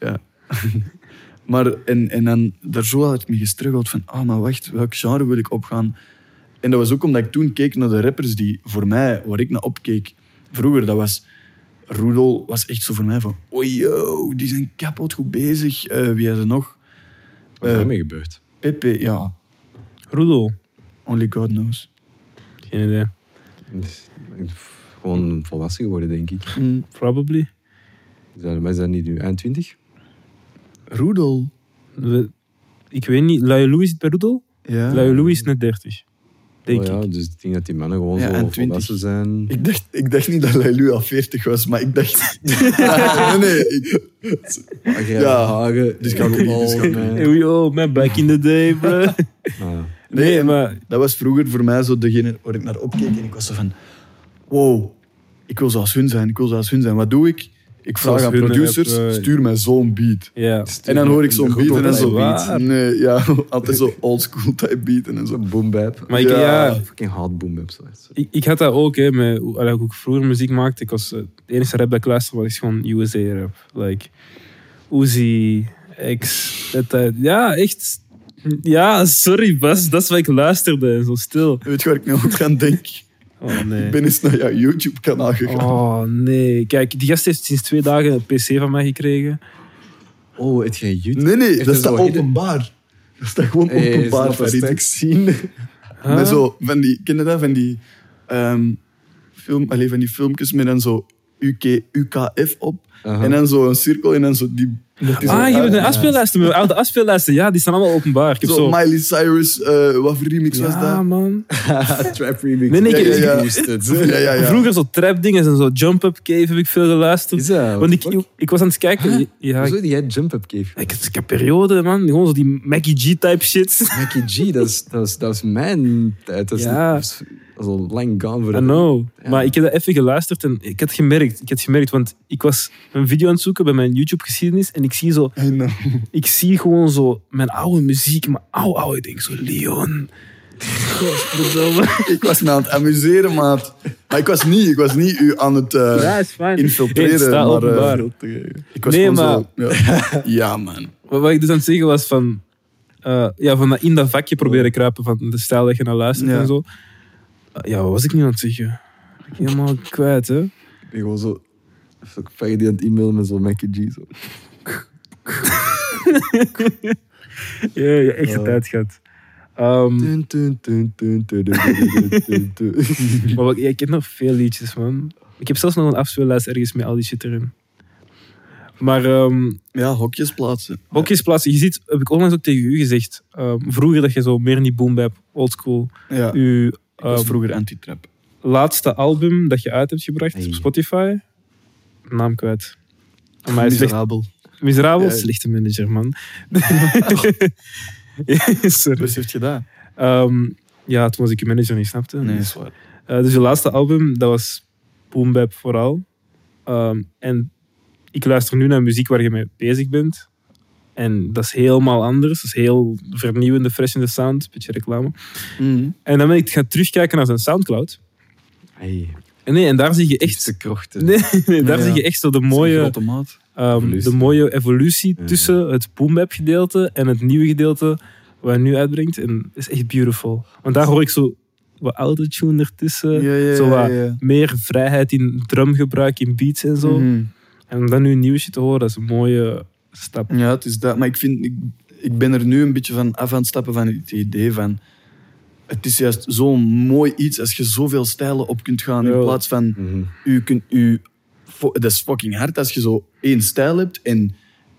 Maar, en, en dan daar zo hard mee gestruggeld van, ah, maar wacht, welk genre wil ik opgaan? En dat was ook omdat ik toen keek naar de rappers die voor mij, waar ik naar opkeek, vroeger, dat was... Roedel was echt zo voor mij van, oh yo, die zijn kapot goed bezig. Eh, wie is er nog?
Wat is
Eh,
daarmee gebeurd?
Pepe, ja,
Roedel?
only God knows.
Geen idee.
Dus, Gewoon volwassen geworden, denk ik.
Mm.
Probably.
Is dat, maar is dat niet nu eind twintig?
Roedel?
We- ik weet niet, Luie Louis zit bij Roedel?
Ja.
Luie Louis is net dertig. Denk
Oh ja,
ik.
dus ik denk dat die mannen gewoon
Ja,
zo
en twintig.
volwassen zijn.
Ik dacht, ik dacht niet dat Leilu al veertig was, maar ik dacht... Ja, nee, nee. Ik,
Grijze
Ja.
haren,
Dus kan ik niet, dus kan ik niet.
Hey, yo, man, back in the day, bro.
Ah,
Nee,
en
maar...
dat was vroeger voor mij zo degene waar ik naar opkeek en ik was zo van... Wow, ik wil zoals hun zijn, ik wil zoals hun zijn. Wat doe ik? Ik vraag
Zoals
aan
hun
producers,
heb, eh,
stuur mij zo'n beat.
Ja.
En dan hoor ik zo'n beat en dan zo...
Waar.
Nee, ja, altijd zo oldschool type beat en zo.
boom bap.
Maar ik,
Ja.
ja,
Fucking hard boom bap. Sorry.
ik, ik had dat ook, hè, met hoe allee, hoe ik vroeger muziek maakte. Ik was, eh, de enige rap dat ik luisterde was gewoon U S A rap. Like, Uzi, X, dat, dat. Ja, echt. Ja, sorry Bas, dat is wat ik luisterde. en Zo stil.
Weet je waar ik nu aan gaan denk?
Oh nee.
Ik ben eens naar jouw YouTube-kanaal gegaan.
Oh nee. Kijk, die gast heeft sinds twee dagen een P C van mij gekregen.
Oh, het jij YouTube?
Nee, nee,
Echt
dat staat
zo
openbaar. Dat staat gewoon
Hey,
openbaar.
snap dat
Farid.
straks zien.
Huh?
Met zo van die, ken je dat? Van die, ehm, film, allee, van die filmpjes met dan zo U K, U K F op.
Aha.
En dan zo een cirkel en dan zo die... dat is
Ah,
zo-
je hebt
ah,
een afspeellijsten. Mijn oude afspeellijsten, ja, die staan allemaal openbaar. Ik heb
Zo
zo...
Miley Cyrus, eh, wat voor remix was
Ja,
dat?
man.
Trap remix.
Nee, nee, ik-
Ja, ja, ja.
Boosted.
Ja, ja, ja.
Vroeger zo trapdingen en zo Jump Up Cave heb ik veel geluisterd.
Is dat?
Want ik,
Fuck.
ik, ik was aan het kijken. Ja,
Hoezo
ik,
die jij Jump Up Cave?
ik, ik heb periode, man. Gewoon zo die Mackie G-type shit.
Mackie G, dat is, dat is, dat is mijn tijd. Dat is,
Ja.
dat is, dat is al lang gone voor
I
dat.
know.
Ja.
Maar ik heb dat even geluisterd en ik had gemerkt, ik had gemerkt, want ik was een video aan het zoeken bij mijn YouTube-geschiedenis en ik zie zo,
I know.
ik zie gewoon zo mijn oude muziek, maar oude, oude, ik denk zo, Leon. Godverdomme.
Ik was me aan het amuseren, maat. Maar ik was niet, ik was niet u aan het eh,
Ja, is fijn.
infiltreren.
Het staat
maar,
openbaar.
eh, ik was
Nee,
gewoon
maar-
zo... Ja. ja, man.
Wat wat ik dus aan het zeggen was van, eh, ja, van dat in dat vakje proberen kruipen van de stijl dat je naar luistert
Ja.
en zo. Eh, ja, wat was ik nu aan het zeggen? Ik ben helemaal kwijt, hè.
Ik ben gewoon zo... Even Ferry die aan het e-mailen met zo'n Mackie G. Zo.
Ja, ja echt een
Oh.
tijd gehad. Ehm,
Dun, dun, dun, dun, dun, dun, dun, dun, dun.
maar wat- ja, ik heb nog veel liedjes, man. Ik heb zelfs nog een afspeellijst ergens met al die shit erin. Maar ehm
Ja, hokjes plaatsen.
hokjes plaatsen. Je ziet, heb ik onlangs ook tegen u gezegd, ehm, vroeger dat je zo meer in die boom bap, oldschool,
Ja,
uw
ik was
ehm,
vroeger anti-trap.
laatste album dat je uit hebt gebracht
Hey.
op Spotify, naam kwijt. Maar hij is slecht,
Miserabel.
miserabel,
Ja.
slechte manager, man. Sorry.
Beseft je dat?
Ehm, ja, toen was ik je manager niet, snapte.
Nee,
Dus,
is waar.
eh, dus je laatste album, dat was boom bap vooral. Ehm, en ik luister nu naar muziek waar je mee bezig bent. En dat is helemaal anders. Dat is heel vernieuwende, fresh in de sound. Beetje reclame.
Mhm.
En dan ben ik gaan terugkijken naar zijn Soundcloud.
Hey,
En nee, en daar zie je echt...
echte krochten.
Nee, nee, daar
Ja.
zie je echt zo de
Dat is een
mooie,
grote maat.
ehm,
Evolutie.
de mooie evolutie
Ja.
tussen het boom bap gedeelte en het nieuwe gedeelte wat hij nu uitbrengt. En dat is echt beautiful. Want daar hoor ik zo wat autotune ertussen.
Ja, ja,
zo
ja,
wat
ja.
meer vrijheid in drumgebruik, in beats en zo.
Mhm.
En om dan nu een nieuw shit te horen, dat is een mooie stap.
Ja, het is dat. Maar ik, vind, ik, ik ben er nu een beetje van af aan het stappen van het idee van... Het is juist zo'n mooi iets als je zoveel stijlen op kunt gaan in
Ja.
plaats van...
Mhm.
U kunt, u, fo- dat is fucking hard als je zo één stijl hebt en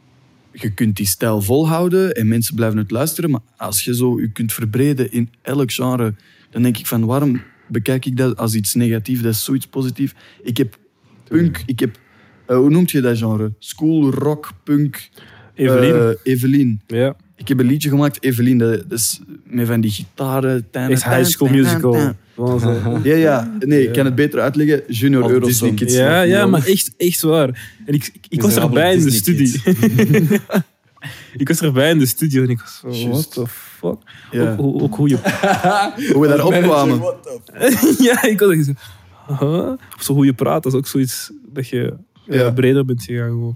je kunt die stijl volhouden en mensen blijven het luisteren. Maar als je zo je kunt verbreden in elk genre, dan denk ik van waarom bekijk ik dat als iets negatiefs? Dat is zoiets positiefs. Ik heb punk, ik heb... eh, hoe noemt je dat genre? School, rock, punk...
Evelien.
eh, Evelien.
ja.
Ik heb een liedje gemaakt, Evelien. Dat, dat is met van die gitaren.
Is High School Musical. Gewoon zo.
Ja, ja. Nee, ik kan het beter uitleggen. Junior
Al
Eurosong.
Disney Kids.
Ja, ja,
Snap
maar
je?
echt, echt waar. En ik, ik, ik was
Miserabele
erbij in de
Disney
studie. ik was erbij in de studio en ik was zo, what
Juist.
the fuck?
Ja.
Ook, hoe- ook hoe je...
Hoe we daar opkwamen.
ja, ik was echt zo... huh? Of zo hoe je praat, dat is ook zoiets dat je ja,
Ja.
breder bent gegaan. Gewoon.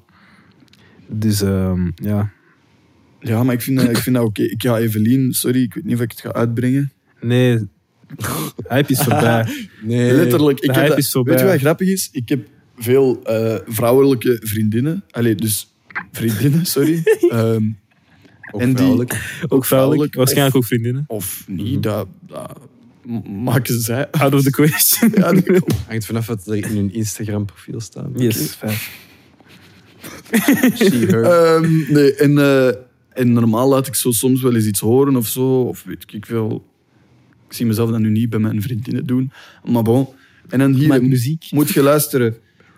Dus ehm, ja,
Ja, maar ik vind dat, ik vind dat oké. Ik ga Evelien, sorry, ik weet niet of ik het ga uitbrengen.
nee, hype is voorbij.
Nee.
Letterlijk. Ik
de
heb
hype
dat-
is voorbij.
weet je wat grappig is? Ik heb veel eh, vrouwelijke vriendinnen. Allee, dus vriendinnen, sorry. Ehm,
Ook
en die-
vrouwelijk.
Ook vrouwelijk,
vrouwelijk.
waarschijnlijk ook vriendinnen.
of niet, dat, dat maken zij.
Out of the question.
Ja, die-
Hangt vanaf wat er in hun Instagram-profiel staat.
Yes, fijn.
She, her.
Ehm, nee, en, eh, En normaal laat ik zo soms wel eens iets horen of zo. Of weet ik veel. Ik zie mezelf dat nu niet bij mijn vriendinnen doen. Maar bon. En dan hier
Maak muziek.
moet je luisteren.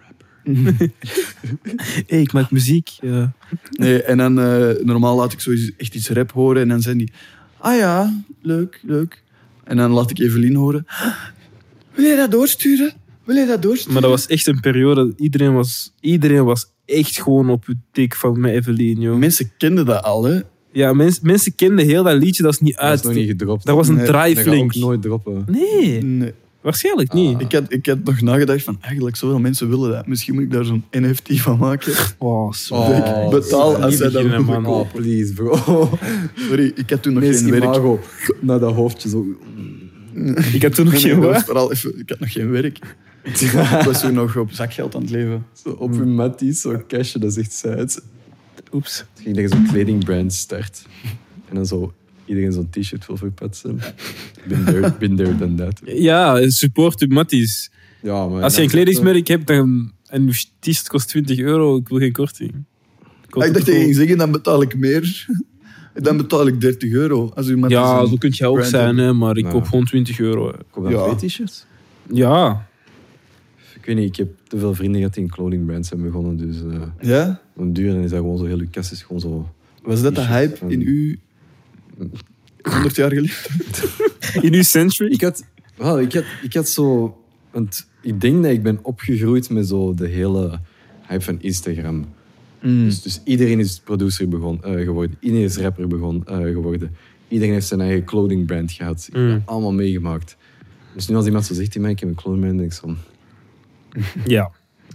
Hey, ik maak muziek. Ja.
Nee, en dan uh, normaal laat ik zo eens- echt iets rap horen. En dan zijn die... Ah ja, leuk, leuk. En dan laat ik Evelien horen. Wil je dat doorsturen? Wil je dat doorsturen?
Maar dat was echt een periode. Iedereen was, iedereen was echt gewoon op het dik van met Evelien, joh.
Mensen kenden dat al, hè.
Ja, mens, mensen kenden heel dat liedje, dat is niet
Dat
uit.
is nog niet gedropt.
Dat was een
Nee,
Dat gaat
drive-link.
ook nooit droppen.
Nee,
Nee.
waarschijnlijk niet.
Ik had, ik had nog nagedacht van, eigenlijk zoveel mensen willen dat. Misschien moet ik daar zo'n N F T van maken.
Oh, zo.
Oh,
ik betaal
sorry.
als zij dat
beginnen,
willen
man.
Oh,
kopen.
please, bro.
Sorry, ik had toen nog
Meest
geen werk.
imago naar dat hoofdje zo.
Ik had toen nog
Nee,
geen
nee, dat was
wat.
vooral even, ik had nog geen werk. Ik was toen nog op zakgeld aan het leven.
Zo op je matties, zo cashen, dat is echt sad.
Oeps.
Het ging dat je zo'n kledingbrand start. En dan zo iedereen zo'n t-shirt wil verpatsen. Been there, been there done that.
Ja, support uw matties.
Ja, maar
Als je een kledingsmerk hebt dan, en je t-shirt kost twintig euro, ik wil geen korting.
Ah, ik dacht dat je ging zeggen, dan betaal ik meer. Dan betaal ik dertig euro. Als u maar
Ja,
zo'n
zo kun je ook
brand
zijn,
hebt.
hè, maar ik
Nou.
koop gewoon twintig euro. hè.
Koop dan
Ja.
twee t-shirts?
Ja,
Ik weet niet, ik heb te veel vrienden gehad die in clothing zijn begonnen. Dus uh,
Ja?
een duur en is dat gewoon zo heel je kast is gewoon zo.
Was dat de
T-shirt
hype
van-
in u honderd jaar geleden?
in uw century.
Ik had, wel, ik had, ik had zo. Want ik denk dat ik ben opgegroeid met zo de hele hype van Instagram. Dus, dus iedereen is producer begon, eh, geworden. Iedereen is rapper begon, eh, geworden. Iedereen heeft zijn eigen clothing brand gehad. Ik heb
Mm.
dat allemaal meegemaakt. Dus nu als iemand zo zegt tegen mij, ik heb een clothing brand, denk ik zo, oké.
Ja.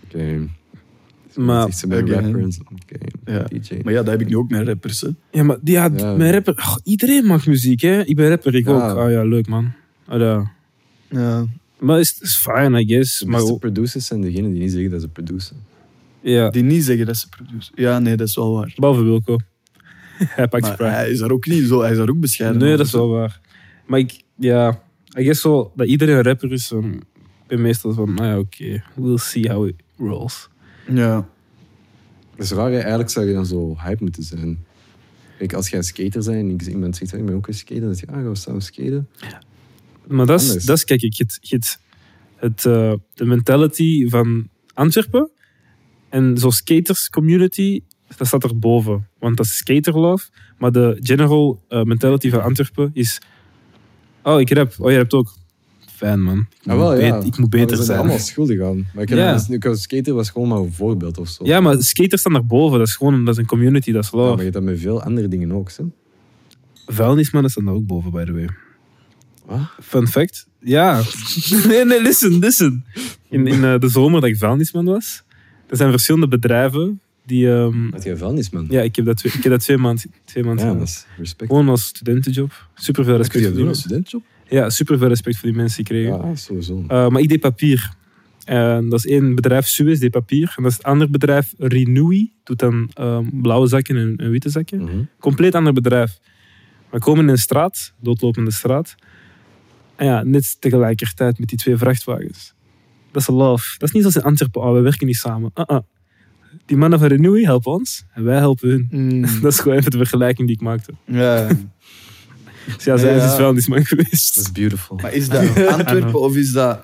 Maar-
Zegt ze bij
Oké.
rapper en zo, oké,
Ja.
D J.
Maar ja, dat heb ik nu ook met rappers. Hè.
Ja, maar ja,
Ja.
mijn rapper... oh, iedereen maakt muziek, hè. Ik ben rapper, ik
Ja.
ook. Ah ja, leuk, man. Ah, ja.
Ja.
Maar het is, is fijn, I guess.
De
Maar
beste
ook-
producers zijn degenen die niet zeggen dat ze produceren.
ja,
Die niet zeggen dat ze producer. Ja, nee, dat is wel waar.
behalve Wilco. Hij pakt
Maar
sprite.
hij is daar ook niet zo. Hij is daar ook bescheiden
Nee,
over.
dat is wel waar. Maar ik, ja, I guess zo dat iedereen een rapper is. dan Ik ben meestal van, nou ja, oké, we'll see how it rolls.
Ja.
Dat is raar, hè. Eigenlijk zou je dan zo hype moeten zijn. Kijk, als jij een skater bent en iemand zegt, ik ben ook een skater, dan zeg je, ah, gaan we samen skaten?
Maar dat is,
Anders.
dat is kijk, ik, het, het, het, eh, de mentality van Antwerpen en zo'n skaters community, dat staat erboven. Want dat is skater love. Maar de general eh, mentality van Antwerpen is, oh, ik rap. Oh, je rapt ook. Fijn, man. Ik
Ah, wel,
moet,
ja.
bet- ik moet
Maar we
beter
zijn er
zijn.
allemaal schuldig aan. Maar ik heb
Ja.
dus, ik als skater was gewoon maar een voorbeeld of zo.
Ja, maar skaters staan daarboven. Dat is gewoon dat is een community, dat is
Ja, maar
love.
je hebt dat met veel andere dingen ook. Hè?
Vuilnismannen staan daar ook boven, by the way.
Wat?
Fun fact. Ja. nee, nee, listen, listen. In, in eh, de zomer dat ik vuilnisman was, er zijn verschillende bedrijven die... ehm,
Had jij vuilnisman?
ja, ik heb dat twee, ik heb dat twee maanden twee maanden
Ja,
gedaan.
dat is respect.
Gewoon als studentenjob. Super veel
Kun
respect
je
voor
doen
die
als
mensen.
studentjob?
Ja, super veel respect voor die mensen die kregen.
Ja, sowieso.
Eh, maar ik deed papier. En dat is één bedrijf, Suez, deed papier. En dat is het andere bedrijf, Renewy, doet dan ehm, blauwe zakken en, en witte zakken.
Mhm.
Compleet ander bedrijf. We komen in een straat, doodlopende straat. En ja, net tegelijkertijd met die twee vrachtwagens. Dat is love. Dat is niet zoals in Antwerpen, oh, we werken niet samen. Uh-uh. Die mannen van Renewy helpen ons en wij helpen hun.
Mm.
Dat is gewoon even de vergelijking die ik maakte.
Ja.
Dus ja, zij is
Ja.
dus wel niet man
Dat
geweest.
is beautiful.
Maar is dat Antwerpen of is dat...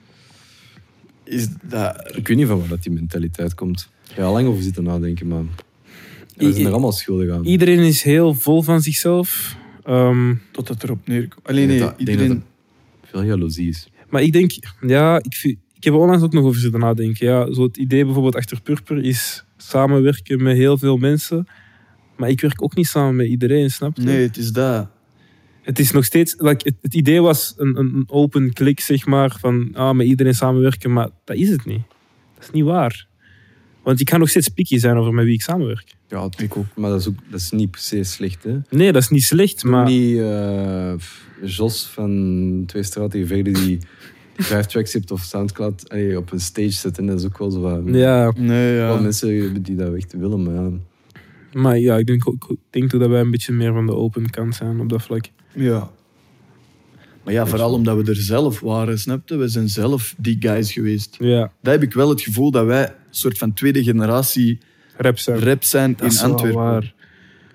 Is dat...
Ik weet niet van waar dat die mentaliteit komt. Ik ga al lang over zitten nadenken, maar... We zijn er allemaal schuldig aan.
Iedereen is heel vol van zichzelf. Ehm,
Tot het erop neerkomt. Alleen nee,
Ik denk dat- ik denk
iedereen...
dat Veel jaloezie is.
maar ik denk, ja, ik, vind- ik heb er onlangs ook nog over zitten nadenken. Ja, zo het idee bijvoorbeeld achter Purper is samenwerken met heel veel mensen. Maar ik werk ook niet samen met iedereen, snap je?
Nee, het is dat.
Het is nog steeds, like, het, het idee was een, een een open klik, zeg maar, van ah, met iedereen samenwerken, maar dat is het niet. Dat is niet waar. Want ik ga nog steeds picky zijn over met wie ik samenwerk.
Ja, ik ook. Maar dat is, ook, dat is niet per se slecht, hè.
Nee, dat is niet slecht, maar...
Niet eh, Jos van Twee Straten verder die, die vijf tracks hebt of Soundcloud allee, op een stage zetten. Dat is ook wel zo wat...
Ja,
Nee,
Wel
ja.
mensen die dat echt willen, maar ja.
maar ja, ik denk, ook- ik denk ook dat wij een beetje meer van de open kant zijn op dat vlak.
Ja. Maar ja, vooral omdat we er zelf waren, snap je? We zijn zelf die guys geweest.
Ja,
Daar heb ik wel het gevoel dat wij een soort van tweede generatie
rap zijn.
rap zijn
Dat
in
is wel
Antwerpen.
waar.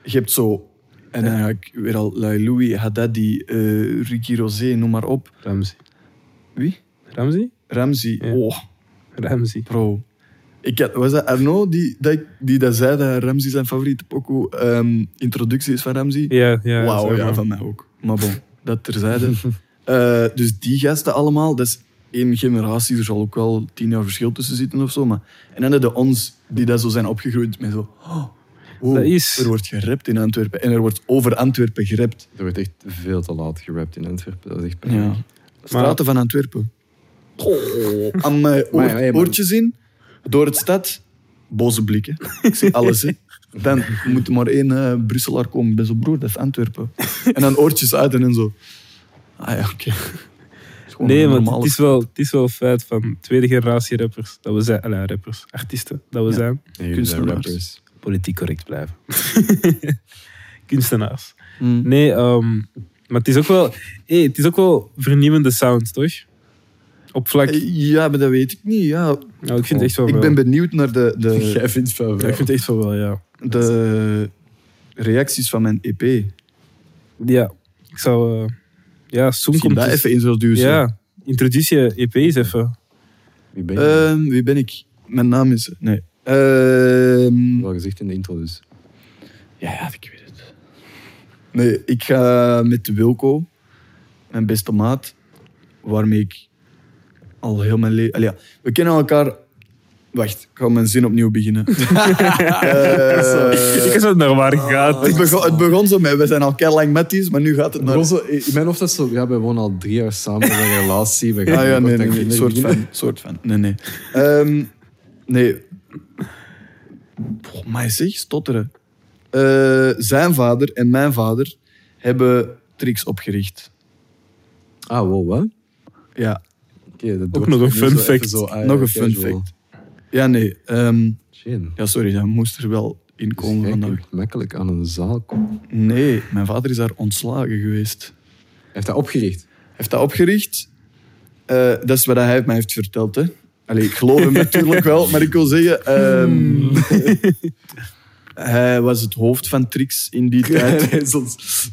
je hebt zo... En dan ga ik weer al... Louis Haddadi, uh, Ricky Rosé, noem maar op.
Ramsey.
Wie?
Ramsey?
Ramsey.
Ja.
Oh,
Ramsey.
bro. Ik had, was dat Arnaud die dat, die dat zei dat Ramsey zijn favoriete pokoe um, introductie is van Ramsey?
Ja, ja.
Wauw,
zeg
ja,
maar.
van mij ook. Maar bon, dat terzijde. uh, dus die gasten allemaal, dat is één generatie. Er zal ook wel tien jaar verschil tussen zitten of zo. Maar, en dan hebben de ons die dat zo zijn opgegroeid met zo... Oh, wow,
Dat is-
er wordt gerapt in Antwerpen. En er wordt over Antwerpen gerapt.
Er wordt echt veel te laat gerapt in Antwerpen. Dat is echt
Ja. Straten van Antwerpen. Oh, aan mijn oor,
Maar ja, hey, man.
oortjes in, door het stad, boze blikken. Ik zie alles, hè. Dan moet er maar één uh, Brusselaar komen. Ik ben zo, broer, dat is Antwerpen. En dan oortjes uit en dan zo. Ah ja, oké. Okay.
Nee, maar het is, wel, het is wel een feit van tweede generatie rappers. Dat we zijn, allee, rappers, artiesten, dat we
Ja.
zijn.
Nee,
Kunstenaars.
rappers.
Politiek correct blijven. Kunstenaars.
Mm.
Nee, um, maar het is ook wel... Hey, het is ook wel vernieuwende sound, toch? Op vlak...
Ja, maar dat weet ik niet. Ja.
Nou, ik vind het echt wel
Ik
wel.
ben benieuwd naar de, de,
Jij vindt van
Ja,
wel.
ik vind het echt wel wel, ja.
de reacties van mijn E P.
Ja, ik zou... uh, ja, Soem
Misschien
komt...
dat
dus-
even introduceren.
Ja, introduceer je E P eens even.
Wie ben je?
Ehm, wie ben ik? Mijn naam is... Nee. Ehm,
Wel gezegd in de intro dus.
Ja, ja, ik weet het. Nee, ik ga met Wilco, mijn beste maat, waarmee ik al heel mijn leven... Ja, we kennen elkaar... Wacht, ik ga mijn zin opnieuw beginnen. Eh,
ik is het naar waar het gaat.
het, begon, het begon zo met, we zijn al lang matties, maar nu gaat het naar...
Gewoon zo, in mijn hoofd is het zo, ja, we wonen al drie jaar samen in een relatie. We gaan
Ah ja, nee,
binnenkort
nee,
aan
nee.
kinderen
Soort
beginnen.
van, soort van. Nee, nee. Ehm, nee. Oh, maar zeg, stotteren. Eh, zijn vader en mijn vader hebben Trix opgericht.
Ah, wow, wat?
Ja,
Oké, dat
Ook
doet
nog een
nu
fun
zo even
fact.
zo, ah, ja,
nog een fun
casual.
fact. Ja, nee. ehm,
Shit.
ja, sorry, dat moest er wel in
Dus
komen
jij
vandaag.
kunt makkelijk aan een zaal komen.
Nee, mijn vader is daar ontslagen geweest.
Hij heeft dat opgericht.
Hij heeft dat opgericht. Eh, dat is wat hij mij heeft verteld. Hè. Allee, ik geloof hem natuurlijk wel, maar ik wil zeggen... ehm, hij was het hoofd van Trix in die tijd.
Nee, soms...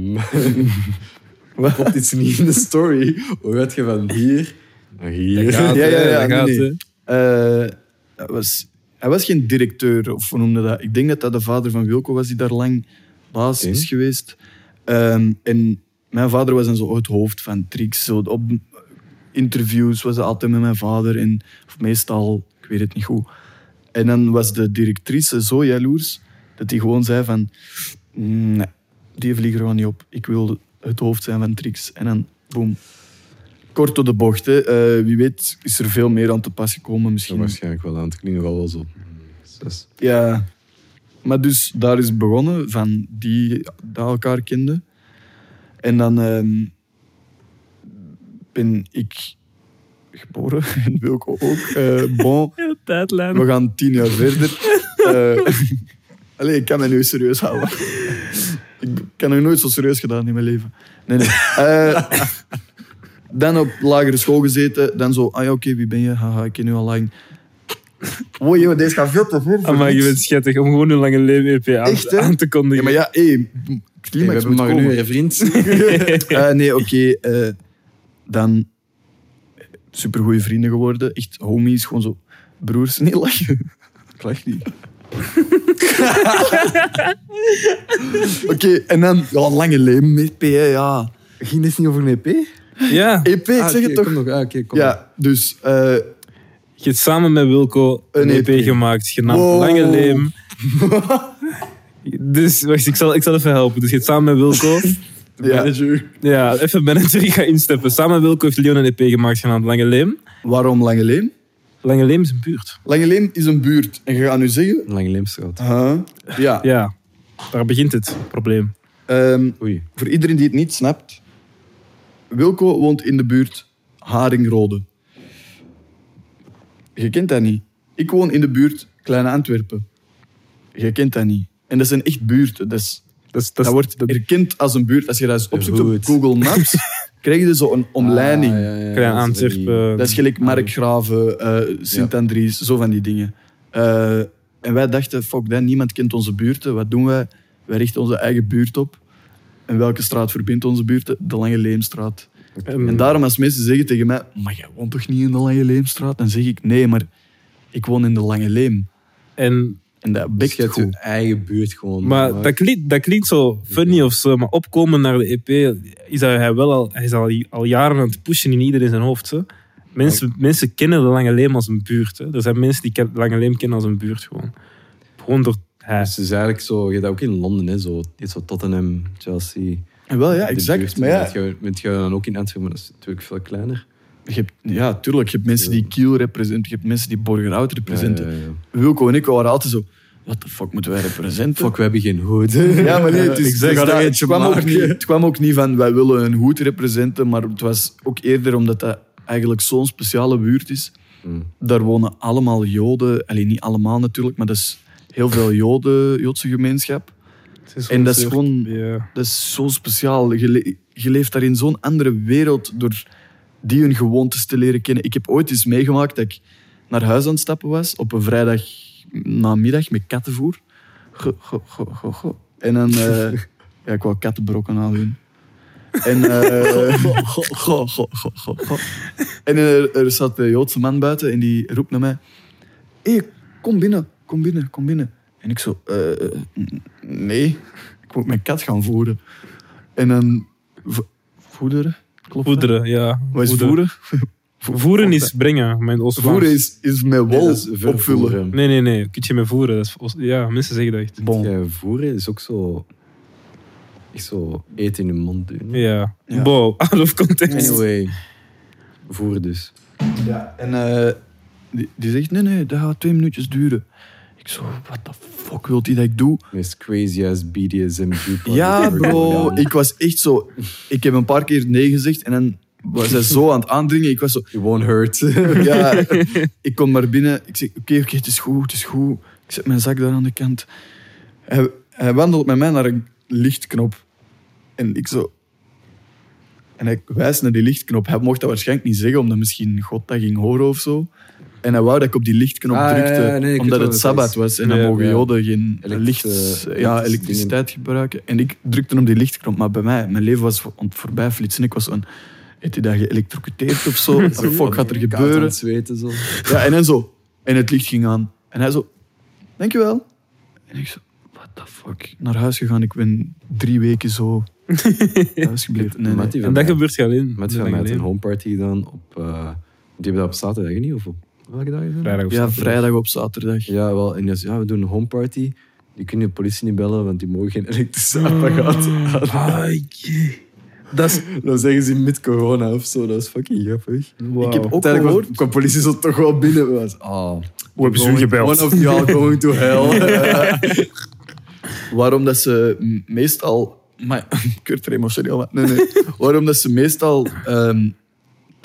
Wat komt iets niet in de story? Hoe gaat je van hier naar hier?
Dat gaat,
Ja, ja, ja,
dat gaat,
nee,
hè.
nee. Eh, hij, was, hij was geen directeur, of hoe noemde dat? Ik denk dat dat de vader van Wilco was, die daar lang baas
Oké.
is geweest. Ehm, en mijn vader was dan zo het hoofd van Trix. Zo op interviews was hij altijd met mijn vader. En, of meestal, ik weet het niet goed. En dan was de directrice zo jaloers, dat hij gewoon zei van... Nee, die vliegen er gewoon niet op. Ik wil het hoofd zijn van Trix. En dan, boom. Kort door de bocht. Hè. Eh, wie weet is er veel meer aan te pas gekomen.
Ja,
Misschien.
waarschijnlijk wel aan. Het klinkt nogal wel zo. Zes.
Ja. Maar dus daar is het begonnen, van die dat elkaar kenden. En dan ehm, ben ik geboren. En Wilco ook. Eh, bon,
Ja, tijdlijn.
we gaan tien jaar verder. Eh, Allee, ik kan me nu serieus houden. Ik heb nog nooit zo serieus gedaan in mijn leven. Nee, nee. Eh, dan op lagere school gezeten. Dan zo, ah ja, oké, wie ben je? Haha, ik ken u al lang. Wow, joh, deze gaat veel te ver. voor
Ah, maar je
niks.
bent schattig om gewoon een lange leven E P aan,
Echt, hè?
aan te kondigen.
Ja, maar ja, hé,
Hey,
climax
we hebben
moet
maar
komen.
nu een vriend.
Eh, nee, oké. eh, dan supergoeie vrienden geworden. Echt homies, gewoon zo broers. Nee, lachen. Ik lach niet. Oké, en dan ja, een lange leven met E P, hè, ja.
Ging dit niet over een E P?
Ja,
E P, ik
Ah,
zeg
oké,
het toch?
Kom nog. Ah, oké, kom.
Ja, dus... eh,
je hebt samen met Wilco een,
Een
E P,
E P.
gemaakt, genaamd
Wow.
Lange Leem. Dus, wacht, ik zal, ik zal even helpen. Dus je hebt samen met Wilco...
De
Ja.
manager.
Ja, even manager, ik ga insteppen. Samen met Wilco heeft Leon een E P gemaakt, genaamd Lange Leem.
waarom Lange Leem?
Lange Leem is een buurt.
Lange Leem is een buurt. En je gaat nu zeggen...
Lange Leemstraat.
Huh? Ja.
Ja, daar begint het probleem.
Ehm,
Oei.
voor iedereen die het niet snapt... Wilco woont in de buurt Haringrode. Je kent dat niet. Ik woon in de buurt Kleine Antwerpen. Je kent dat niet. En dat zijn echt buurten. Dat, is,
Dat, is-
dat,
dat, is-
wordt erkend als een buurt. Als je dat eens opzoekt op
Goed.
Google Maps, krijg je dus zo een omleiding.
Ah, ja, ja, ja,
Klein
dat is
Antwerpen.
Dat is gelijk Markgraven, eh Sint-Andries, zo van die dingen. Eh, en wij dachten, fuck dat, niemand kent onze buurten. Wat doen wij? wij richten onze eigen buurt op. En welke straat verbindt onze buurt? De Lange Leemstraat.
En,
En daarom als mensen zeggen tegen mij, maar jij woont toch niet in de Lange Leemstraat? Dan zeg ik, nee, maar ik woon in de Lange Leem.
en,
En dat
Dus
bekt
je hebt
goed.
je eigen buurt gewoon.
maar dat klinkt, dat klinkt zo funny of zo, maar opkomen naar de E P is dat hij wel al, hij is al, al jaren aan het pushen in iedereen zijn hoofd. Zo. Mensen, mensen kennen de Lange Leem als een buurt. Hè. Er zijn mensen die ken- de Lange Leem kennen als een buurt gewoon. Gewoon door hij.
Dus het is eigenlijk zo, je hebt dat ook in Londen, hè, zo, dit zo Tottenham, Chelsea.
En wel, ja,
de
exact.
buurt.
Maar ja,
Met je, met je dan ook in Antwerpen, maar dat is natuurlijk veel kleiner.
je hebt, ja, tuurlijk. Je hebt mensen die Kiel representeren. Je hebt mensen die Borgerhout representeren.
Ja, ja, ja.
Wilco en ik waren altijd zo... Wat de fuck moeten wij representeren?
Fuck, we hebben geen hoed.
Ja, maar nee, het, is,
Exact,
het,
ga er
het,
eentje
kwam ook
maken.
niet, het kwam ook niet van wij willen een hoed representeren, maar het was ook eerder omdat dat eigenlijk zo'n speciale buurt is.
Hmm.
Daar wonen allemaal Joden. Allee, niet allemaal natuurlijk, maar dat is heel veel Joden, Joodse gemeenschap. En dat is gewoon...
Ja.
Dat is zo speciaal. Je, le- je leeft daar in zo'n andere wereld door die hun gewoontes te leren kennen. Ik heb ooit eens meegemaakt dat ik naar huis aan het stappen was op een vrijdag namiddag met kattenvoer. Go, go, go, go, go. En dan... eh, ja, ik wou kattenbrokken aandoen. En... eh, go, go, go, go, go, go. En er, er zat een Joodse man buiten en die roept naar mij... Hé, hey, kom binnen, kom binnen, kom binnen. En ik zo... eh, nee, ik moet mijn kat gaan voeren. En dan... vo- Voederen? Klopt dat?
Voederen, ja.
Wat is
Voederen.
voeren?
Voeren is brengen, mijn oost
Voeren is, is met
Nee,
wol
dat is vervoeren.
opvullen.
Nee, nee, nee. Kun je met voeren. Dat is, oost- ja, mensen zeggen dat echt.
Bon.
Ja, voeren is ook zo... Echt zo eten in je mond doen.
Ja.
Ja.
Wow, out of context.
Anyway, voeren dus.
Ja, en eh, die, die zegt, nee, nee, dat gaat twee minuutjes duren. Ik zo, what the fuck wilt hij dat ik doe?
Meest crazy ass B D S M G.
Ja, bro. Ik was echt zo... Ik heb een paar keer nee gezegd en dan was hij zo aan het aandringen. Ik was zo...
You won't hurt.
Ja, ik kom maar binnen. Ik zeg, oké, oké, het is goed, het is goed. Ik zet mijn zak daar aan de kant. Hij, hij wandelt met mij naar een lichtknop. En ik zo... En hij wijst naar die lichtknop. Hij mocht dat waarschijnlijk niet zeggen, omdat misschien God dat ging horen of zo. En hij wou dat ik op die lichtknop
Ah,
drukte,
ja, ja, nee, ik weet
omdat
wel
het
wat
Sabbat
het is.
was. En dan
Ja,
mogen
ja.
Joden geen
Elekt-
licht,
eh,
ja,
elektrische
elektriciteit gebruiken. En ik drukte op die lichtknop. Maar bij mij, mijn leven was aan het voorbij flitsen. Ik was zo... Heeft hij dat geëlektrocuteerd of zo? Wat de fuck gaat er
Koud aan
gebeuren?
het zweten, zo.
Ja, en dan zo. En het licht ging aan. En hij zo, dankjewel. En ik zo, what the fuck? Naar huis gegaan, ik ben drie weken zo thuis gebleven. Nee, nee.
Mattie
En
van
dat
mij-
gebeurt alleen.
Mattie van mij had een homeparty gedaan op... eh, die hebben dat op zaterdag niet? Of op welke dag is dat?
Vrijdag of
Ja,
zaterdag.
vrijdag op zaterdag.
Ja, wel. En die zei, ja, we doen een homeparty. Die kunnen de politie niet bellen, want die mogen geen elektrische apparaat aan.
Ah, jee. Dat is...
Dan zeggen ze met corona of zo. Dat is fucking grappig.
Wow.
Ik heb ook
Uiteindelijk
gehoord...
was- kwam politie zo toch wel binnen. Was, ah,
Hoe hebben ze u gebeld?
One of y'all going to hell.
Waarom dat ze m- meestal... Maar, ik word er emotioneel van. Nee, nee. Waarom dat ze meestal ehm, T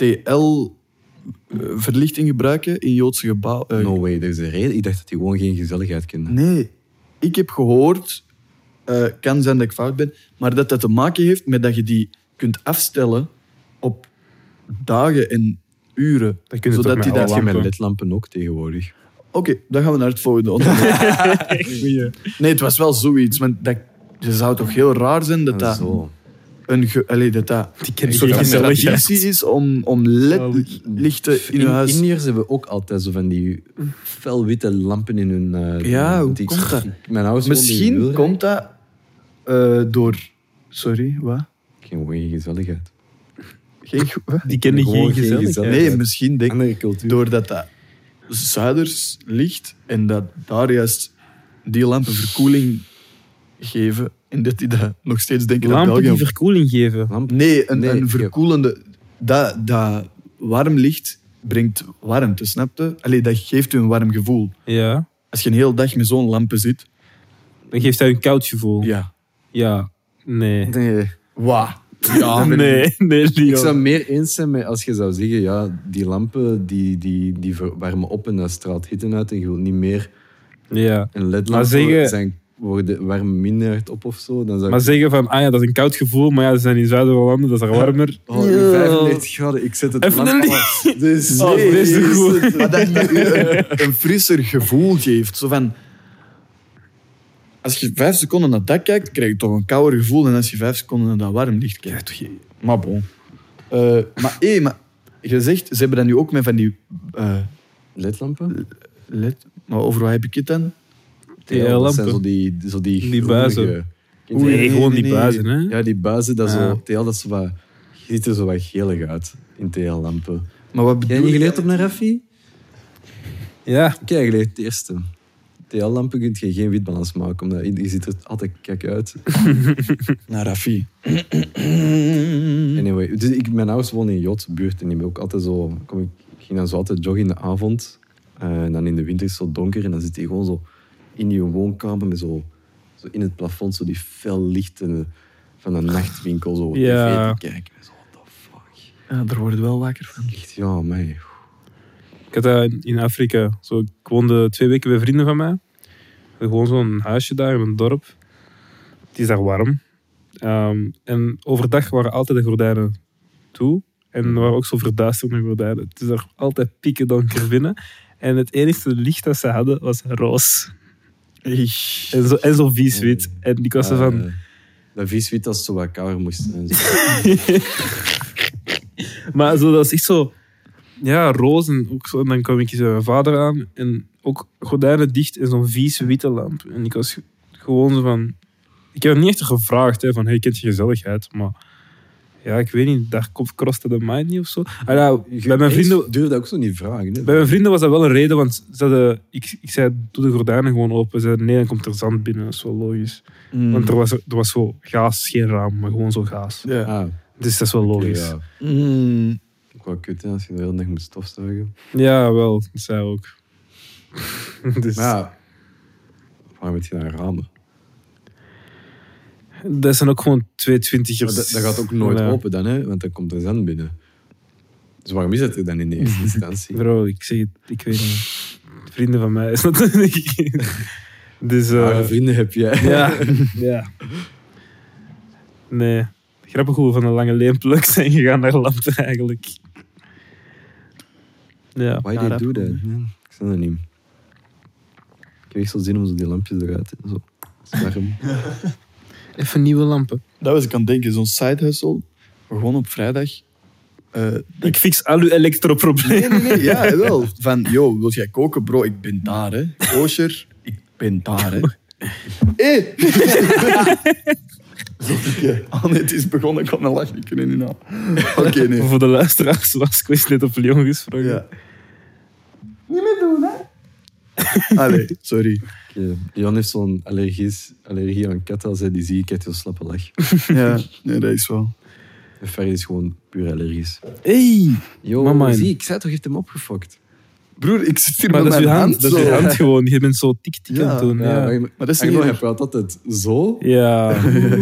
L-verlichting gebruiken in Joodse gebouwen.
No way, dat is de reden. Ik dacht dat die gewoon geen gezelligheid kenden.
Nee, ik heb gehoord, uh, kan zijn dat ik fout ben, maar dat dat te maken heeft met dat je die kunt afstellen op dagen en uren.
Dat kun je
zodat
toch
die
met
dat...
Dat heb je met
lampen.
ledlampen ook tegenwoordig.
Oké, dan gaan we naar het volgende onderwerp.
Goeie.
Nee, het was wel zoiets, want dat, het zou toch heel raar zijn dat
Ah,
dat
zo.
een, ge, allee, dat dat
Die
een
kennen
soort
geen
van
gezelligheid.
traditie is om, om ledlichten in je
In,
huis...
Indiërs hebben ook altijd zo van die felwitte lampen in hun... eh,
Ja, hoe
die-
komt dat?
Mijn ouders woonden in
Misschien
Wilrijk.
komt dat uh, door... Sorry, wat?
Geen goeie gezelligheid.
Geen, go- wat?
Die kennen
Gewoon
geen
geen
gezelligheid.
gezelligheid.
Nee, misschien denk
Andere cultuur.
doordat dat zuiders ligt en dat daar juist die lampen verkoeling geven en dat die dat nog steeds denken dat
Lampen die
België...
verkoeling geven.
Lamp?
Nee, een,
Nee,
een
ik-
verkoelende... Dat, dat warm licht brengt warmte, snap je? Allee, dat geeft u een warm gevoel.
Ja.
Als je een hele dag met zo'n lampen zit...
Dan geeft hij een koud gevoel.
Ja.
Ja. Nee.
Nee.
Wauw. Ja,
nee, nee, Leon.
Ik zou meer eens zijn met als je zou zeggen, ja, die lampen die, die, die warmen op en dat straalt hitte uit en je wilt niet meer
Ja.
een ledlamp
Maar zeggen-
zijn, worden warmen minder hard op of zo. Dan zou
Maar
ik...
zeggen van, ah ja, dat is een koud gevoel, maar ja, ze zijn in zuidere landen, dat is er warmer.
Oh, in vijfennegentig graden, ik zet het
Even
lamp
een
aan. Dus,
Oh, dit is te goed.
Maar dat dat u een, een frisser gevoel geeft. Zo van... als je vijf seconden naar dat kijkt, krijg je toch een kouder gevoel dan als je vijf seconden naar dat warm licht kijkt. Toch geen... Maar bon. Uh, maar hé, maar je zegt, ze hebben dat nu ook met van die... Uh,
ledlampen?
Led, maar over wat heb ik het dan?
T L-lampen.
Dat zijn zo die, zo die,
die buizen.
Oei,
nee,
nee,
gewoon
nee,
die
nee.
buizen, hè?
Ja, die buizen, dat,
Ah.
zo, T L, dat is zo wat... Je ziet er zo wat gelig uit in T L-lampen.
Maar wat
Heb
bedoel
jij niet
je?
geleerd op een Raffi?
Ja.
Ik heb geleerd het eerste. T L-lampen kun je geen witbalans maken, omdat je ziet er altijd kijk uit.
Naar Raffi.
Anyway, dus ik, mijn ouders wonen in Joodse-buurt en ik ben ook altijd zo... Kom ik, ik ging dan zo altijd joggen in de avond. Uh, en dan in de winter is het zo donker en dan zit je gewoon zo in je woonkamer met zo, zo in het plafond zo die fel lichten van een nachtwinkel zo
Ja.
tv te kijken. Zo, what the fuck.
Ja, daar word je wel wakker van.
Echt, ja, mij.
Ik had dat in Afrika. Zo, ik woonde twee weken bij vrienden van mij. Gewoon zo'n huisje daar in een dorp. Het is daar warm. Um, en overdag waren altijd de gordijnen toe. En er waren ook zo verduisterde gordijnen. Het is daar altijd pikken donker binnen. En het enige licht dat ze hadden was roos. En zo, en zo vies wit. En ik was zo van...
Uh, dat vieswit als het zo wat kouder moest zijn.
Maar zo, dat is echt zo... Ja, roos. En, ook zo, en dan kwam ik eens bij mijn vader aan. En ook gordijnen dicht en zo'n vies witte lamp. En ik was gewoon zo van... Ik heb niet echt gevraagd, hè, van, hey, kent je gezelligheid? Maar ja, ik weet niet, daar crosste de mind niet of zo. Ah, ja, bij mijn vrienden...
durfde dat ook zo niet vragen. Hè?
Bij mijn vrienden was dat wel een reden, want ze hadden, ik, ik zei, doe de gordijnen gewoon open. Ze zeiden, nee, dan komt er zand binnen, dat is wel logisch.
Mm.
Want er was, er was zo gaas, geen raam, maar gewoon zo gaas.
Ja.
Ah,
Dus dat is wel
oké,
logisch.
ja.
Mm.
Ook wel kut, hè, als je de hele dag moet stofzuigen.
Ja, wel, dat zei ook. Dus,
Maar ja, waarom heb je daar ramen?
dat zijn ook gewoon tweeëntwintigers.
Maar dat, dat gaat ook nooit
Ja.
open dan, hè? Want dan komt er zand binnen. Dus waarom is dat er dan in de eerste instantie?
Bro, ik zeg het, ik weet niet. Vrienden van mij is dat niet. Dus, eh,
Rare vrienden heb jij.
ja, ja. Nee. Grappig hoe we van een lange leenpluk zijn gegaan naar lampen eigenlijk. Ja.
Why
Ja,
they
dat
do
komt,
that? Man? Ik snap dat niet. Ik heb echt zo zin om zo die lampjes eruit en zo. Scherm.
Even nieuwe lampen.
Dat was ik aan het denken, zo'n side hustle. Gewoon op vrijdag. Uh,
Ik fix al uw elektroproblemen.
nee, nee, nee, ja, wel. Van, yo, wil jij koken, bro? Ik ben daar, hè. Kosher, ik ben daar, hè. Hé! Oh nee, het is begonnen, ik had een lach niet kunnen inhalen. Oké, okay, nee.
Voor de luisteraars was ik eens net op Leon gesprongen.
Ja. Niet meer doen, hè? Allee, sorry.
Okay. Jan heeft zo'n allergies, allergie aan katten. Als hij die ziet, krijgt hij zo'n slappe lach.
Ja, nee, dat is wel.
En Ferry is gewoon puur allergisch.
Hey!
Yo,
Mama.
zie, ik zei toch, je hebt hem opgefokt.
Broer, ik zit hier
Maar
met
dat is
mijn
uw
hand,
hand, dat is
zo.
uw hand gewoon. Je bent zo tik-tik
Ja,
aan het doen.
Ja,
Ja,
maar,
ja.
maar
dat is
hij
niet
hij
erg.
praat altijd zo.
ja.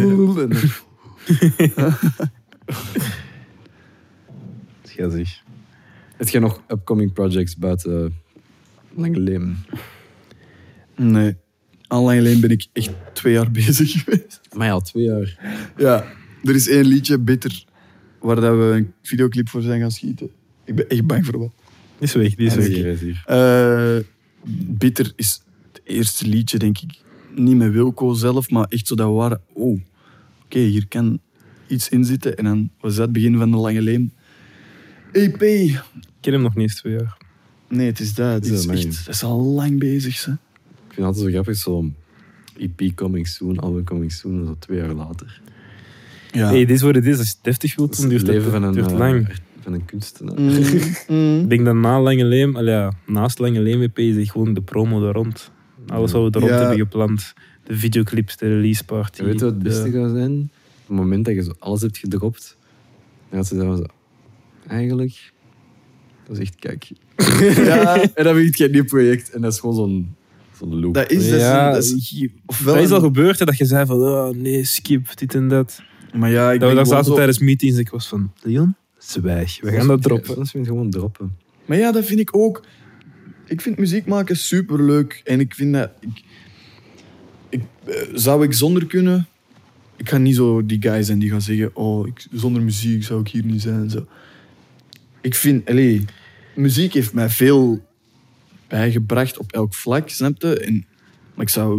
Ja, zeg. Heb jij nog upcoming projects buiten Lange Leem?
Nee. Al lang geleden ben ik echt twee jaar bezig geweest.
Maar ja, twee jaar.
Ja, er is één liedje, Bitter, waar dat we een videoclip voor zijn gaan schieten. Ik ben echt bang voor wat.
Die is weg, die is
Hij is
weg.
hier, hij is hier.
Uh, Bitter is het eerste liedje, denk ik. Niet met Wilco zelf, maar echt zo dat we waren... Oh, oké, okay, hier kan iets in zitten. En dan was dat het begin van de Lange Leem. E P.
Ik ken hem nog niet eens twee jaar.
Nee, het is dat. Het
Is
is,
dat
echt, dat is al lang bezig, hè.
Ik vind het altijd zo grappig, zo E P coming soon, album coming soon, en zo twee jaar later.
Ja.
Hey, dit is wat het is. Als je het deftig wilt,
Dat
dan
is
duurt
het
het
leven van een,
duurt
eh,
lang.
van een kunstenaar.
Mm, mm.
Ik denk dat na Lange Leem, allee, ja, naast Lange Leem E P is echt gewoon de promo er rond. Alles wat we er rond
Ja.
hebben gepland. De videoclips, de release party.
En weet je wat het beste
de-
gaat zijn? Op het moment dat je zo alles hebt gedropt, dan gaat ze dan zo... Eigenlijk... Dat is echt kijk.
Ja,
En dan begint je een nieuw project en dat is gewoon zo'n zo'n loop.
dat is... Dat is,
Ja,
dat is ofwel
Dat is al
een-
gebeurd, hè, dat je zei van, oh, nee, skip, dit en dat.
Maar ja, ik
Dat we
ben
daar
gewoon
zaten
zo-
tijdens meetings en ik was van, Leon, zwijg, we gaan dat droppen.
Soms moet je gewoon droppen.
Maar ja, dat vind ik ook. Ik vind muziek maken superleuk. En ik vind dat... Ik, ik, eh, zou ik zonder kunnen... Ik ga niet zo die guy zijn die gaan zeggen... Oh, ik, zonder muziek zou ik hier niet zijn. Zo. Ik vind... Allee, muziek heeft mij veel bijgebracht op elk vlak, snap je? En, maar ik zou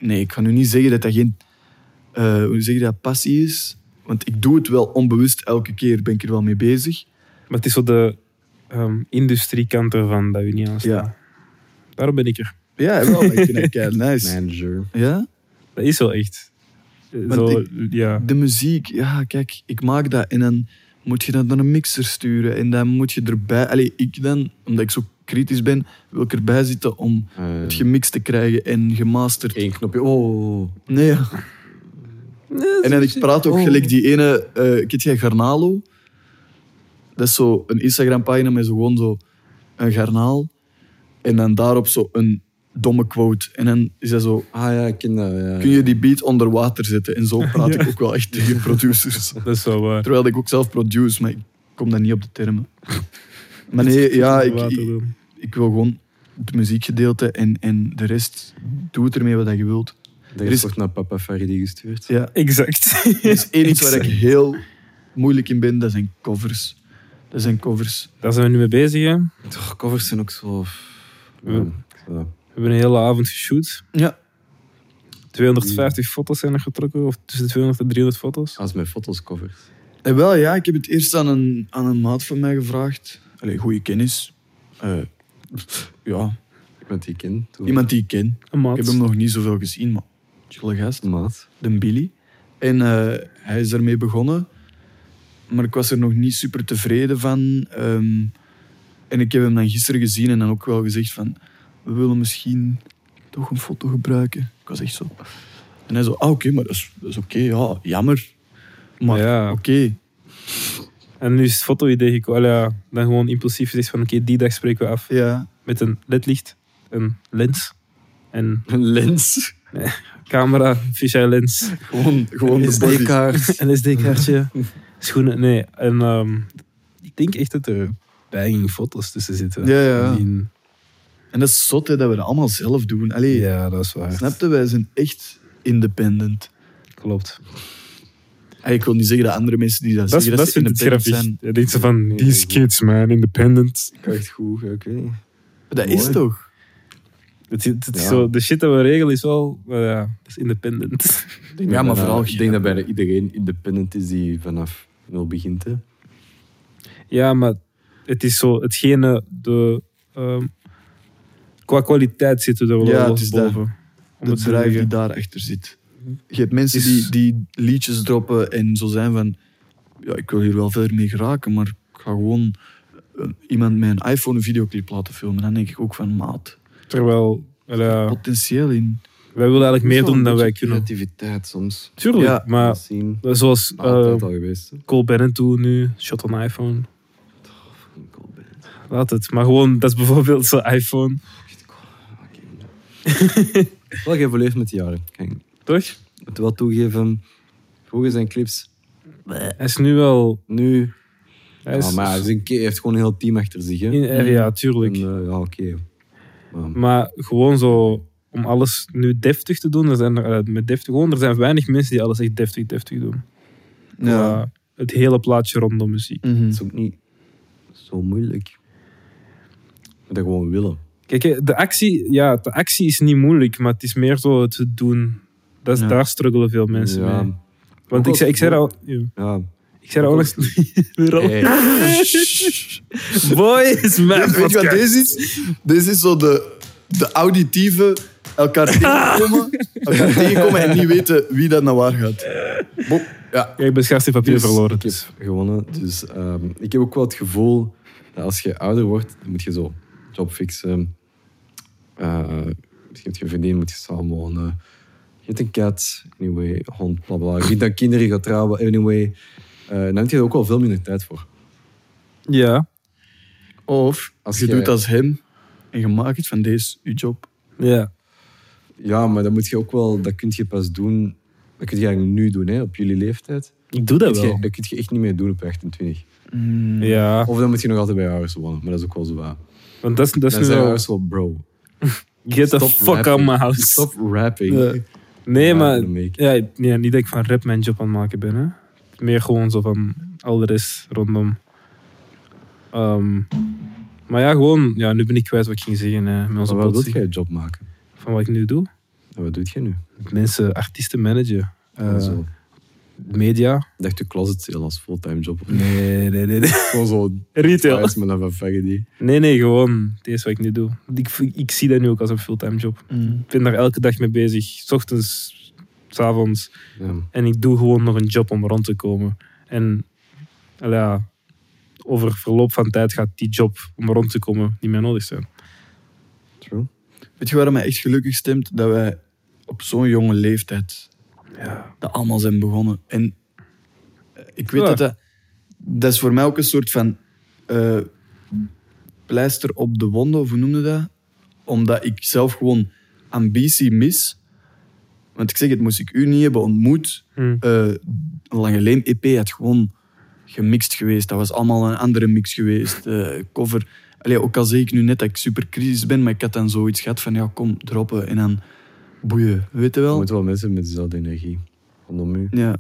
Nee, ik ga nu niet zeggen dat dat geen... Uh, hoe zeg je dat? Passie is. Want ik doe het wel onbewust. Elke keer ben ik er wel mee bezig.
Maar het is zo de um, industriekant ervan dat je niet aanstaat.
Ja.
Daarom ben ik er.
Ja, wel. Ik vind het kei nice.
Manager.
Ja?
Dat is wel echt. Zo,
ik,
ja.
De muziek, ja, kijk, ik maak dat en dan moet je dat naar een mixer sturen en dan moet je erbij... Allee, ik dan, omdat ik zo kritisch ben, wil ik erbij zitten om
Uh,
het gemixt te krijgen en gemasterd.
Eén knopje. Oh.
Nee, ja. En dan ik praat ook
Oh.
gelijk die ene... Uh, ken jij Garnalo? Dat is zo een Instagram-pagina met zo gewoon zo een garnaal en dan daarop zo een domme quote. En dan is dat zo...
Ah ja, ik ken dat. Ja.
Kun je die beat onder water zetten? En zo praat ik ook wel echt tegen producers.
Dat is wel waar.
Terwijl ik ook zelf produce, maar ik kom dan niet op de termen. Maar nee, ja, ik, ik, ik wil gewoon het muziekgedeelte en, en de rest, doe het ermee wat je wilt.
Dat is toch naar Papa Faridi gestuurd?
Ja.
Exact.
Er is één iets waar ik heel moeilijk in ben, dat zijn covers. Dat zijn covers.
Daar zijn we nu mee bezig, hè.
Toch, covers zijn ook zo...
Ja.
Ja.
We hebben een hele avond geshoot.
Ja.
tweehonderdvijftig foto's zijn er getrokken, of tussen de tweehonderd en driehonderd foto's.
Als met foto's covers.
En wel, ja, ik heb het eerst aan een, aan een maat van mij gevraagd. Allee, goede kennis. Uh, ja,
Iemand die ik ken. Toen.
iemand die ik ken.
Een maat.
Ik heb hem nog niet zoveel gezien, maar chille gast.
Maat.
De Billy. En uh, hij is ermee begonnen. Maar ik was er nog niet super tevreden van. Um, en ik heb hem dan gisteren gezien en dan ook wel gezegd van... We willen misschien toch een foto gebruiken. Ik was echt zo... En hij zo, ah oké, okay, maar dat is, dat is oké, okay, ja, jammer. Maar
Ja.
oké. Okay.
En nu is het foto-idee gekomen. Ja, dan gewoon impulsief gezegd van oké, okay, die dag spreken we af.
Ja.
Met een ledlicht, een lens en
Een lens.
camera, fisheye lens,
Gewoon, gewoon de
Een
body.
S D-kaart.
een S D-kaartje, schoenen. Nee, en um, ik denk echt dat er banging foto's tussen zitten.
Ja, ja.
Die-
En dat is zot, hè, dat we dat allemaal zelf doen. Allee,
ja, dat is waar.
snap je? Wij zijn echt independent.
Klopt.
Allee, ik wil niet zeggen dat andere mensen die dat,
Dat is,
zeggen,
dat
dat
is
ze
vind ik
independent
grappig.
zijn.
Je denkt zo van,
Nee,
these
nee,
kids, man, independent.
Ik echt goed, ja, ik weet niet.
Dat
Mooi.
is toch?
Het, het, het is
Ja.
zo, de shit dat we regelen is wel, uh, ja, dat is independent.
Ik denk
Ja,
dat
maar
bijna-
vooral
Ik denk dat bijna iedereen independent is die vanaf nul begint. Hè.
Ja, maar het is zo, hetgene, de, um, qua kwaliteit zitten we er wel
Ja,
wat
het is dat.
boven. Om
De
het te
drive die
zeggen.
daarachter zit. Je hebt mensen
Is-
die, die liedjes droppen en zo zijn van... Ja, ik wil hier wel verder mee geraken, maar ik ga gewoon uh, iemand met een iPhone een videoclip laten filmen. Dan denk ik ook van, maat,
Terwijl, wel, ja,
potentieel in.
wij willen eigenlijk meer
Wel
doen
een
dan wij
beetje
kunnen.
creativiteit soms.
Tuurlijk,
Ja,
maar
Zien.
zoals
Altijd
uh,
al geweest. Hè.
Cole Bennett doet nu, shot on iPhone.
Cool band.
Laat het. Maar gewoon, dat is bijvoorbeeld zo'n iPhone.
Wel geëvolueerd met de jaren. Kijk,
Toch?
ik moet wel toegeven, vroeger zijn clips,
Hij is nu wel...
nu...
Hij is,
Ja, maar hij is een keer- hij heeft gewoon een heel team achter zich. Hè.
in- eh, ja, tuurlijk.
En, uh, ja, oké. Maar-
Maar gewoon zo, om alles nu deftig te doen, er zijn er, eh, met deftig, gewoon, er zijn weinig mensen die alles echt deftig, deftig doen.
Ja.
Uh, het hele plaatje rondom muziek.
Mhm.
Het is ook niet zo moeilijk. Maar dat gewoon willen.
Kijk, hè, de actie, ja, de actie is niet moeilijk, maar het is meer zo het doen. Dat is,
Ja.
Daar struggelen veel mensen
Ja.
mee. Want
Ook
ik zei, ik zei dat
als-
al... ja.
Ja.
Ik zei dat al weer al.
Hey.
Boy, is mijn
Weet je wat
podcast.
deze is? Deze is zo de, de auditieve elkaar tegenkomen, elkaar tegenkomen en niet weten wie dat naar waar gaat. Bob. Ja.
Ja, ik ben schaars in papier
Dus
verloren.
ik
Dus.
heb gewonnen. Dus ehm, ik heb ook wel het gevoel dat als je ouder wordt, dan moet je zo job fixen. Uh, misschien heb je een vriendin, moet je samen wonen. Je hebt een kat, anyway, hond, bla bla. Je vindt dat kinderen gaat trouwen, anyway. Uh, dan heb je er ook wel veel minder tijd voor.
Ja.
Of
Als
je
jij-
doet als hem en je maakt het van deze je job.
Ja.
Ja, maar dat moet je ook wel, dat kun je pas doen. Dat kun je eigenlijk nu doen, hè, op jullie leeftijd.
Ik doe dat
Dat kun
wel.
je, dat kun je echt niet meer doen op achtentwintig.
Ja.
Of dan moet je nog altijd bij je ouders wonen, maar dat is ook wel zo waar.
Want dat is, dat is
Dan
nu
zijn je
wel...
ouders wel bro.
Get the
Stop
fuck out
rapping.
my house.
Stop rapping.
Ja. Nee,
Ja,
maar...
dat make it.
Ja, nee, niet dat ik van rap mijn job aan het maken ben. Hè. Meer gewoon zo van al de rest rondom. Ehm, maar ja, gewoon... Ja, nu ben ik kwijt wat ik ging zeggen. Hè, met onze
Maar wat wil
botsing.
jij job maken?
Van wat ik nu doe.
En wat doet je nu?
Mensen, artiesten managen. Uh,
zo.
Media.
Ik dacht de closet sale als fulltime job.
Nee, nee, nee. nee.
Gewoon zo...
Retail.
Thuis met een faggoty.
Nee, nee, gewoon. Het is wat ik nu doe. Ik, ik zie dat nu ook als een fulltime job.
Mm.
Ik ben daar elke dag mee bezig. 's Ochtends, 's avonds.
Ja.
En ik doe gewoon nog een job om rond te komen. En ja, over verloop van tijd gaat die job om rond te komen niet meer nodig zijn.
True.
Weet je waarom mij echt gelukkig stemt? Dat wij op zo'n jonge leeftijd
Ja.
dat allemaal zijn begonnen. En ik weet
Ja.
dat, dat... Dat is voor mij ook een soort van... Uh, pleister op de wonden, of hoe noemde dat? Omdat ik zelf gewoon ambitie mis. Want ik zeg het, moest ik u niet hebben ontmoet...
Hm.
Uh, Lange E P had gewoon gemixt geweest. Dat was allemaal een andere mix geweest. Uh, cover... Allee, ook al zeg ik nu net dat ik super crisis ben, maar ik had dan zoiets gehad van, ja, kom, droppen en dan boeien. Weet je
Je
wel?
moet wel mensen met dezelfde energie rondom u.
Ja.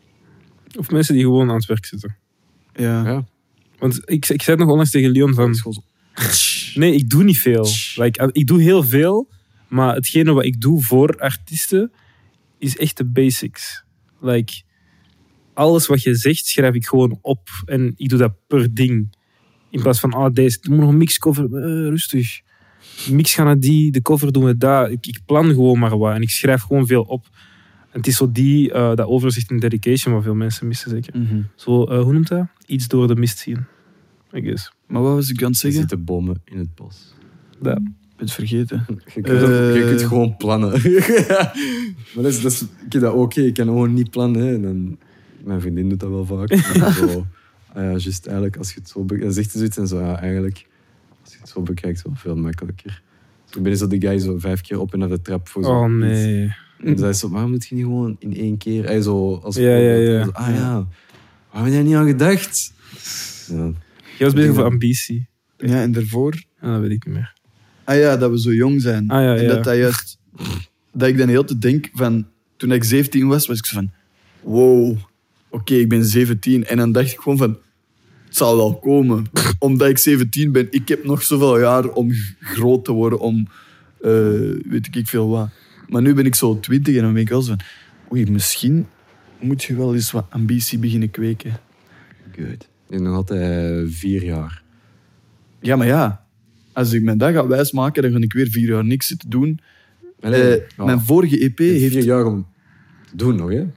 Of mensen die gewoon aan het werk zitten.
Ja.
Ja.
Want ik, ik zei het nog onlangs tegen Leon
Dat
van...
is gewoon zo...
Nee, ik doe niet veel. Like, ik doe heel veel, maar hetgene wat ik doe voor artiesten is echt de basics. Like, alles wat je zegt, schrijf ik gewoon op. En ik doe dat per ding. In plaats van, ah, deze, we moeten nog een mixcover. Uh, rustig. De mix gaat naar die, de cover doen we daar. Ik, ik plan gewoon maar wat en ik schrijf gewoon veel op. En het is zo die, uh, dat overzicht en dedication wat veel mensen missen, zeker.
Mm-hmm.
Zo, uh, hoe noemt dat? Iets door de mist zien. I guess.
Maar wat was ik aan het
Er
zeggen?
zitten bomen in het bos.
Dat.
Ik ben het vergeten.
Je kunt,
Uh,
je kunt gewoon plannen. Maar dat is, dat is, ik heb dat ook, ik kan gewoon niet plannen. Hè. En dan, mijn vriendin doet dat wel vaak. En zo, ah ja, juist eigenlijk, als je het zo bekijkt, dan zegt ze zoiets en zo, ja, eigenlijk, als je het zo bekijkt, is het wel veel makkelijker. Dus ik ben zo de guy zo vijf keer op en naar de trap voor zo.
Oh nee.
En dan zei ze, waarom moet je niet gewoon in één keer, hey, zo, als
Ja, ja, ja.
Zo, ah ja, waar heb je daar niet aan gedacht? Ja.
Jij was bezig over ambitie.
Ja, en daarvoor...
Ja, dat weet ik niet meer.
Ah ja, dat we zo jong zijn.
Ah, ja,
en
ja.
dat dat juist... Dat ik dan heel te denk van... Toen ik zeventien was, was ik zo van... Wow, oké, okay, ik ben zeventien. En dan dacht ik gewoon van... Het zal wel komen. Omdat ik zeventien ben. Ik heb nog zoveel jaar om groot te worden. Om... Uh, weet ik veel wat. Maar nu ben ik zo twintig en dan ben ik wel zo van... Oei, misschien moet je wel eens wat ambitie beginnen kweken.
Goed. Ik nog altijd vier jaar.
Ja, maar ja. Als ik mijn dag ga wijsmaken, dan ga ik weer vier jaar niks zitten doen.
Allee,
Uh,
ja.
Mijn vorige E P
Je hebt
heeft...
vier jaar om te doen nog, hè?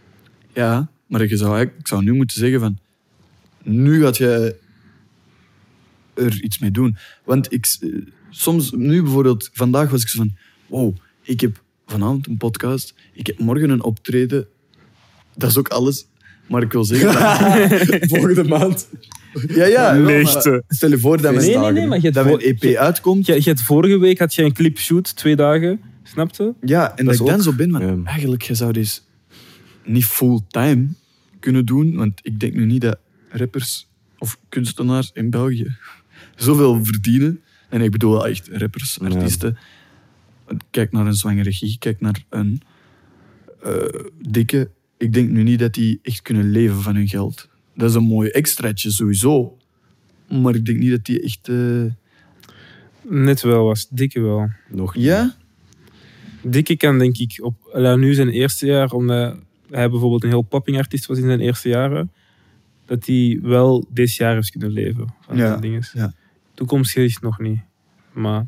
Ja, maar ik zou, eigenlijk- ik zou nu moeten zeggen van... Nu gaat je er iets mee doen. Want ik... eh, Soms, nu bijvoorbeeld, vandaag was ik zo van... Wow, ik heb vanavond een podcast. Ik heb morgen een optreden. Dat is ook alles. Maar ik wil zeggen... dat-
Volgende maand.
ja, ja. wel,
Leegte.
maar stel je voor dat mijn,
Nee, nee, nee, maar je hebt
dat mijn
voor-
E P uitkomt.
Je, je had vorige week had je een clip shoot, twee dagen. Snapte?
Ja, en dat,
is
ik dan
ook-
zo ben van...
Ja.
Eigenlijk, je zou dit niet fulltime kunnen doen. Want ik denk nu niet dat rappers of kunstenaars in België zoveel verdienen. En ik bedoel echt rappers,
Ja.
artiesten. Kijk naar een zwangere Guy, kijk naar een eh, dikke. Ik denk nu niet dat die echt kunnen leven van hun geld. Dat is een mooi extraatje sowieso. Maar ik denk niet dat die echt... eh,
Net wel was. Dikke wel.
Nog niet.
Ja?
Dikke kan denk ik op ja, nu zijn eerste jaar, omdat hij bijvoorbeeld een heel popping-artiest was in zijn eerste jaren, dat hij wel deze jaar heeft kunnen leven. Van
Ja,
die dinges.
ja.
Toekomstgericht nog niet. Maar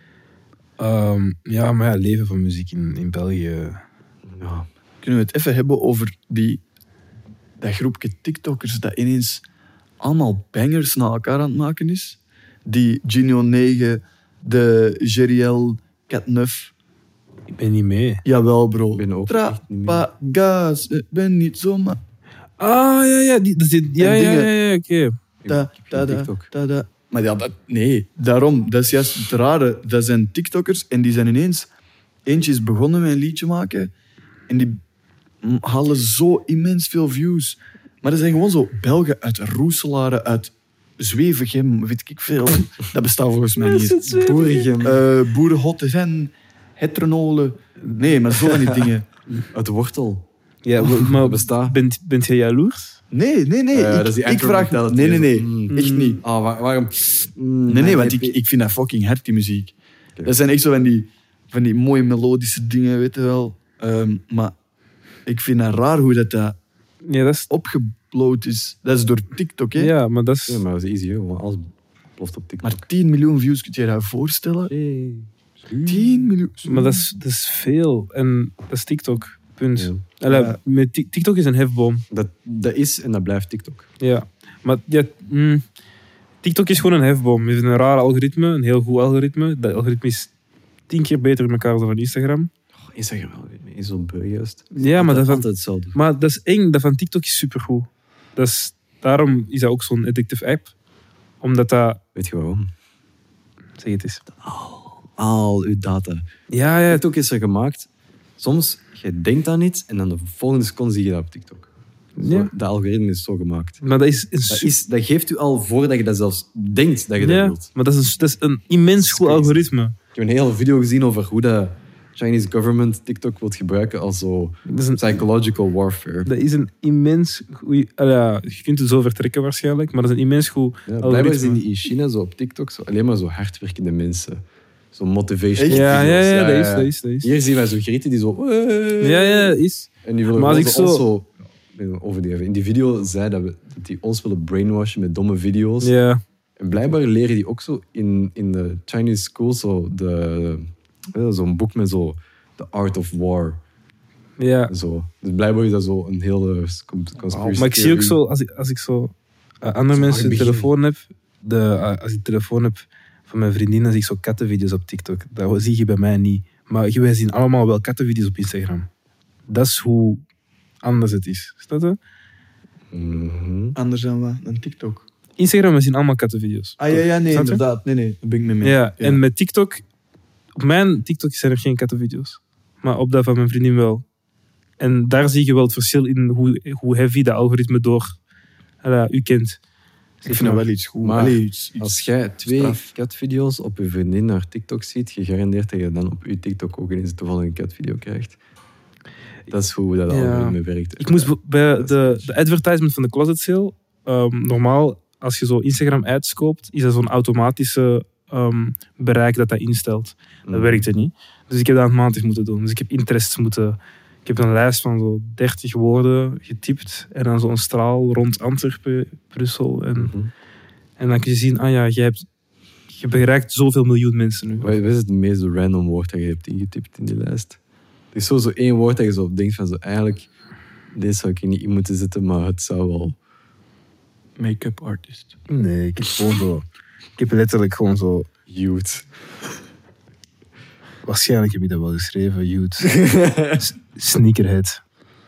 Um, ja, maar ja, leven van muziek in, in België.
Ja.
Kunnen we het even hebben over die, dat groepje TikTokkers dat ineens allemaal bangers na elkaar aan het maken is? Die Gino negen, de Geriel, Catneuf.
ik ben niet mee.
Jawel, bro.
Ik ben ook echt niet mee.
Trapagas, ik ben niet zomaar...
Ah, ja, ja. Die, dat zit, ja,
En
ja,
dingen.
ja, ja, oké.
Da,
Ik heb
da,
geen
da,
TikTok.
da, da. Maar ja, dat, nee, daarom. Dat is juist het rare. Dat zijn TikTokkers en die zijn ineens... Eentje is begonnen met een liedje maken en die m- halen zo immens veel views. Maar dat zijn gewoon zo Belgen uit Roeselare, uit Zwevegem, weet ik veel. Dat bestaat volgens mij niet.
Boerigem.
Uh, Boerenhotten, Heteronolen. Nee, maar zo van die dingen.
Uit de wortel.
Ja, maar
Dat bestaat.
bent, bent jij jaloers?
Nee, nee, nee.
Ja,
ik,
dat is die
ik
Anchor
vraag...
mentality.
Nee, nee, nee.
Mm.
Echt niet.
Ah, waar- waarom? Mm,
Nee, nee, want
nee,
ik, ik vind dat fucking hard, die muziek.
Oké.
Dat zijn echt zo van die van die mooie melodische dingen, weet je wel. Um, maar ik vind het raar hoe dat, dat
Ja, dat is...
opgebloot is. Dat is door TikTok, hè?
Ja, maar dat is...
Ja, maar dat is easy, hè. Want alles ploft op TikTok.
Maar tien miljoen views, kun je je dat voorstellen?
Hey.
tien miljoen.
Maar dat is, dat is veel. En dat is TikTok. Punt.
Ja.
Allee,
Ja.
met Tik- TikTok is een hefboom.
Dat, dat is en dat blijft TikTok.
Ja. Maar ja, mm, TikTok is gewoon een hefboom. Het is een raar algoritme, een heel goed algoritme. Dat algoritme is tien keer beter in elkaar dan van Instagram.
Oh, Instagram wel. Is zo beu juist.
Ja, maar dat, van,
altijd hetzelfde.
maar dat is eng. Dat van TikTok is supergoed. Dat is, daarom is dat ook zo'n addictive app. Omdat dat...
Weet je waarom?
Zeg het eens.
Al uw data.
Ja, ja.
TikTok is er gemaakt. Soms, je denkt aan iets en dan de volgende seconde zie je dat op TikTok. Zo,
Ja.
dat algoritme is zo gemaakt.
Maar dat is een
Dat,
super...
is, dat geeft u al voordat je dat zelfs denkt dat je dat
Ja,
wilt.
maar dat is een, dat is een immens goed
crazy.
algoritme.
Ik heb een hele video gezien over hoe de Chinese government TikTok wil gebruiken als zo
Dat is een,
psychological warfare.
dat is een immens goed... Ja, je kunt het zo vertrekken waarschijnlijk, maar dat is een immens goed
Ja, blijkbaar
algoritme.
zien die in China zo op TikTok zo, alleen maar zo hardwerkende mensen. Zo motivation
Echt?
Ja, ja,
video's.
ja, dat is, dat is, dat is.
Hier zien wij zo Grieten die zo...
Ja, ja, is.
En die willen
Maar als
gewoon
ik
zo...
zo-
ons zo nee, overdreven. In die video zei dat, we, dat die ons willen brainwashen met domme video's.
Ja.
En blijkbaar leren die ook zo in, in de Chinese school zo de, ja, zo'n boek met zo The Art of War.
Ja.
Zo. Dus blijkbaar is dat zo een hele conspiracy
Maar ik zie ook
theory.
zo, als ik, als ik zo uh, andere mensen een
begin.
telefoon heb, de, uh, als ik een telefoon heb van mijn vriendin, dan zie ik zo kattenvideo's op TikTok. Dat zie je bij mij niet. Maar wij zien allemaal wel kattenvideo's op Instagram. Dat is hoe anders het is. Is dat het?
Mhm.
Anders dan wat? Dan TikTok.
Instagram, we zien allemaal kattenvideo's.
Ah ja, ja, nee,
Snap je?
inderdaad. Nee, nee, daar ben ik mee mee.
Ja, en met TikTok, op mijn TikTok zijn er geen kattenvideo's. Maar op dat van mijn vriendin wel. En daar zie je wel het verschil in hoe, hoe heavy dat algoritme door uh, u kent.
Ik vind dat wel iets goed.
Maar
Allee, iets, iets
Als jij twee
straf.
catvideo's op je vriendin naar TikTok ziet, gegarandeerd dat je dan op je TikTok ook ineens toevallig een catvideo krijgt. Dat is hoe dat
Ja.
algoritme werkt.
Ik moest be- bij de, de advertisement van de Closet Sale, um, normaal als je zo Instagram ads koopt, is dat zo'n automatische um, bereik dat dat instelt. Dat
Mhm.
werkte niet. Dus ik heb dat handmatig moeten doen. Dus ik heb interests moeten... Ik heb een lijst van zo dertig woorden getypt en dan zo'n straal rond Antwerpen, Brussel. En,
Mhm.
en dan kun je zien, ah ja, je, hebt, je bereikt zoveel miljoen mensen nu.
Wat wat is het meest random woord dat je hebt ingetypt in die lijst? Er is zo, zo één woord dat je zo op denkt van zo, eigenlijk, deze zou ik er niet in moeten zetten, maar het zou wel...
make-up artist.
Nee, ik heb gewoon zo... Ik heb letterlijk gewoon zo...
Youth.
Waarschijnlijk heb je dat wel geschreven, youth. S- Sneakerhead.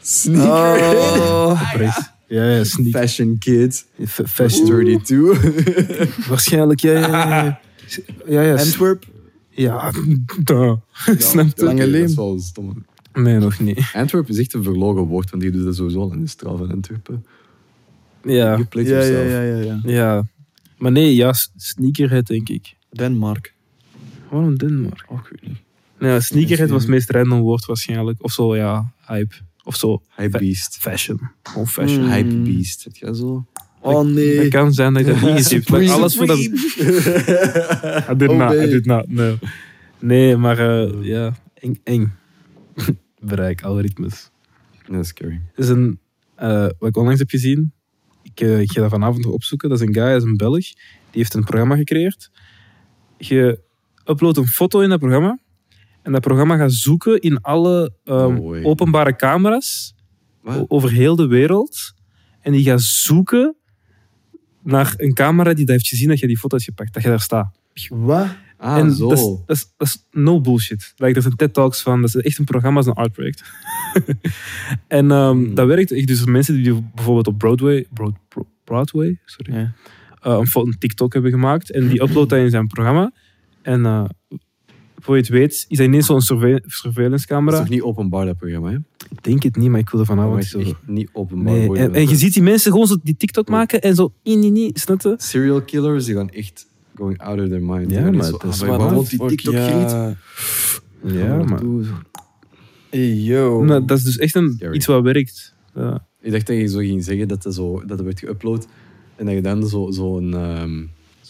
Oh.
Oprecht. Ja, ja, sneaker.
Fashion kid.
F- fashion.
thirty-two.
Waarschijnlijk, ja, ja, ja. Ja, ja. s-
Antwerp.
Ja, duh. Snap je?
Lange
Oké,
leem.
dat is wel stom.
Nee, nog niet.
Antwerp is echt een verlogen woord, want die doet dat sowieso al in de straal van Antwerpen.
Ja,
You played
Ja, ja,
yourself.
ja, ja, ja.
ja. Maar nee, ja, s- sneakerhead, denk ik.
Denmark.
Waarom Denemarken?
Oh, ik weet niet.
Ja, sneakerhead was het meest random woord waarschijnlijk. Of zo, ja, hype. Of zo,
Hype
Fa-
beast.
fashion. Gewoon fashion.
Mm.
Hype beast. Heb jij zo?
Oh nee.
Het kan zijn dat ik dat niet getypt heb. Alles voor dat... I did
Oh,
not, I
nee.
did not, no. Nee, maar uh, ja, eng. eng. Bereik, algoritmes.
Dat is scary.
Dat is een, uh, wat ik onlangs heb gezien, ik, uh, ik ga dat vanavond nog opzoeken, dat is een guy, dat is een Belg, die heeft een programma gecreëerd. Je uploadt een foto in dat programma en dat programma gaat zoeken in alle um,
Oh, wait.
openbare camera's
Wat?
o- over heel de wereld. En die gaat zoeken naar een camera die dat heeft gezien dat je die foto hebt gepakt, dat je daar staat.
Wat?
Ah,
en
zo.
Dat is, dat, is, dat is no bullshit. Like, er zijn TED-talks van, dat is echt een programma, dat is een artproject. en um,
Hmm.
dat werkt echt. Dus mensen die bijvoorbeeld op Broadway, Broad, Bro- Broadway sorry,
Ja.
uh, een, fo- een TikTok hebben gemaakt en die uploadt dat in zijn programma. En uh, voor je het weet, is dat ineens zo'n surve surveillance
Dat is
camera.
toch niet openbaar, dat programma, hè?
Ik denk het niet, maar ik wil er
Dat
vanavond
is
zo...
echt niet openbaar.
Nee.
worden.
En, en je ziet die mensen gewoon zo die TikTok maken en zo in, in, in, snap je?
Serial killers, die gaan echt going out of their mind. Die
Ja,
gaan niet
maar
zo,
het is
ah,
wat
waarom
Wat
die
die
TikTok
TikTok-griet?
griet?
Ja, maar...
Hey, yo.
Nou, dat is dus echt een,
Scary.
iets wat werkt. Ja.
Ik dacht dat je zo ging zeggen dat het, zo, dat het werd geüpload en dat je dan zo'n zo zo'n, ehm,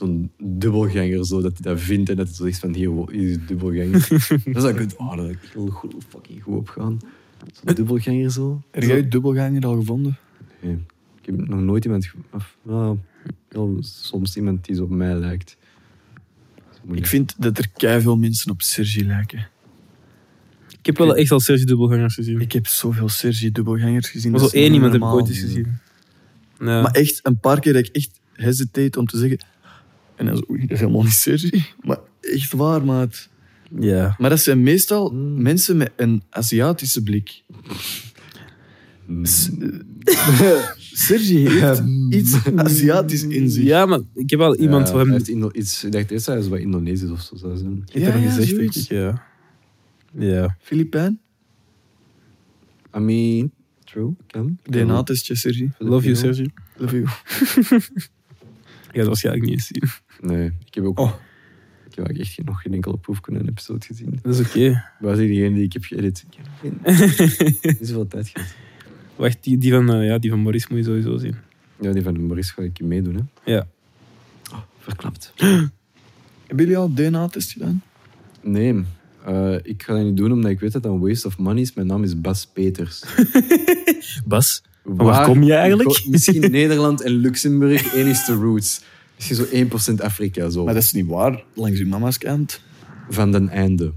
zo'n dubbelganger, zo, dat hij dat vindt en dat hij zo zegt van, hier, hier is een dubbelganger. Dan zou ik, oh, daar heb ik heel goed, fucking goed op gaan. Zo'n dubbelganger zo.
Heb jij je dubbelganger al gevonden?
Nee, ik heb nog nooit iemand... ge- Of, nou, heel soms iemand die zo op mij lijkt.
Ik vind dat er keiveel mensen op Sergi lijken.
Ik heb wel echt al Sergi dubbelgangers gezien.
Ik heb zoveel Sergi dubbelgangers gezien.
Maar zo
dat is
één
niet
iemand heb ik
normaal.
ooit eens gezien. Ja.
Maar echt, een paar keer dat ik echt hesitate om te zeggen... En dan zo, oei, dat is helemaal niet Sergi. Maar echt waar, maat.
ja.
Maar dat zijn meestal
Mm.
mensen met een Aziatische blik.
Mm.
S- Sergi heeft iets Aziatisch in zich.
Ja, maar ik heb wel iemand
Ja,
voor hem...
hij heeft Indo- iets, ik dacht eerst dat hij zo wat Indonesisch of zo zou zijn.
Ik heb
Ja,
hem
ja,
gezegd, denk
zoiets.
ik, ja. Ja.
Filipijn?
I mean, true, kan.
D N A-testje, Sergi.
Love you, Sergi.
Love you.
Ik ga het waarschijnlijk niet eens zien.
Nee, ik heb ook...
Oh.
Ik heb ook echt geen- nog geen enkele proefkonijn-episode gezien.
Dat is oké.
Waar is diegene die ik heb geëdit? Ik heb geen- niet zoveel tijd gehad.
Wacht, die, die, van, eh, ja, die van Maurice moet je sowieso zien.
Ja, die van Maurice ga ik meedoen, hè.
Ja.
Oh, verklapt.
Hebben jullie al D N A-test gedaan?
Nee, eh, ik ga dat niet doen omdat ik weet dat dat een waste of money is. Mijn naam is Bas Peters.
Bas, van waar kom je eigenlijk?
Go- Misschien Nederland en Luxemburg, één is de roots. Misschien zo één procent Afrika, zo.
Maar dat is niet waar. Langs uw mama's kant.
Van den einde.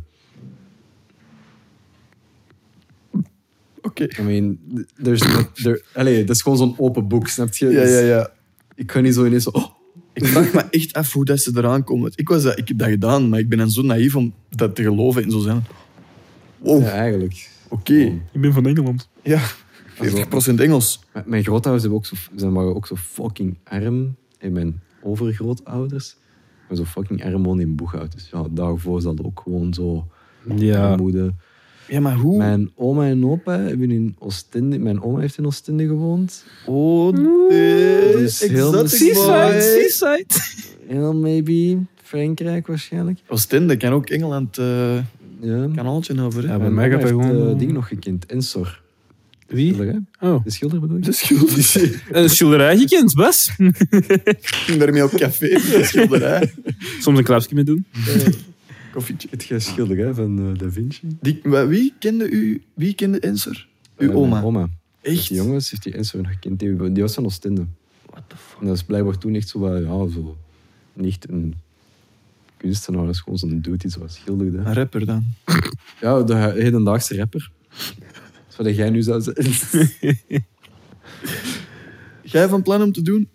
Oké.
I mean, there's not, there, allee, dat is gewoon zo'n open boek, snap je?
Ja,
Dus
ja, ja.
Ik kan niet zo ineens zo... Oh,
Ik vraag me echt af hoe dat ze eraan komen. Ik, was dat, ik heb dat gedaan, maar ik ben dan zo naïef om dat te geloven en zo zijn. Wow,
ja, eigenlijk.
oké.
Ik ben van Engeland.
Ja, veertig procent Engels.
M- Mijn grootouders hebben ook zo, zijn waren ook zo fucking arm. En mijn overgrootouders waren zo fucking arm wonen in Boeghout. Dus ja, daarvoor zal het ook gewoon zo
Ja.
armoede.
Ja, maar hoe?
Mijn oma en opa hebben in Oostende... Mijn oma heeft in Oostende gewoond.
Oh, nee.
Dat is heel
Exotic
Seaside,
boy.
seaside.
Heel maybe Frankrijk waarschijnlijk.
Oostende kan ook Engeland uh,
Ja.
kanaaltje over. Hè?
Ja, bij
Mijn
mij
oma
gaat dat
heeft,
gewoon...
eh, ding nog gekend. Ensor.
Wie?
Schilderij?
Oh.
De schilder bedoel ik?
De schilderij.
Een schilderij gekend, Bas.
Ik ging daarmee op café. De schilderij.
Soms een klapje mee doen.
Koffietje.
Het schilderij van uh, Da Vinci.
Die, wa- wie kende u? Wie kende Ensor? Uw
Eh,
oma.
mijn oma.
Echt?
Die jongens heeft die Ensor nog gekend. Die, die was van Oostende.
What the fuck?
En dat is blijkbaar toen echt zo wat, ja, zo... Niet een kunstenaar, dat is gewoon zo'n dude die zo wat schilderde.
Een rapper dan.
Ja, de hedendaagse rapper. Dat is wat jij nu zou zeggen.
Jij van plan om te doen?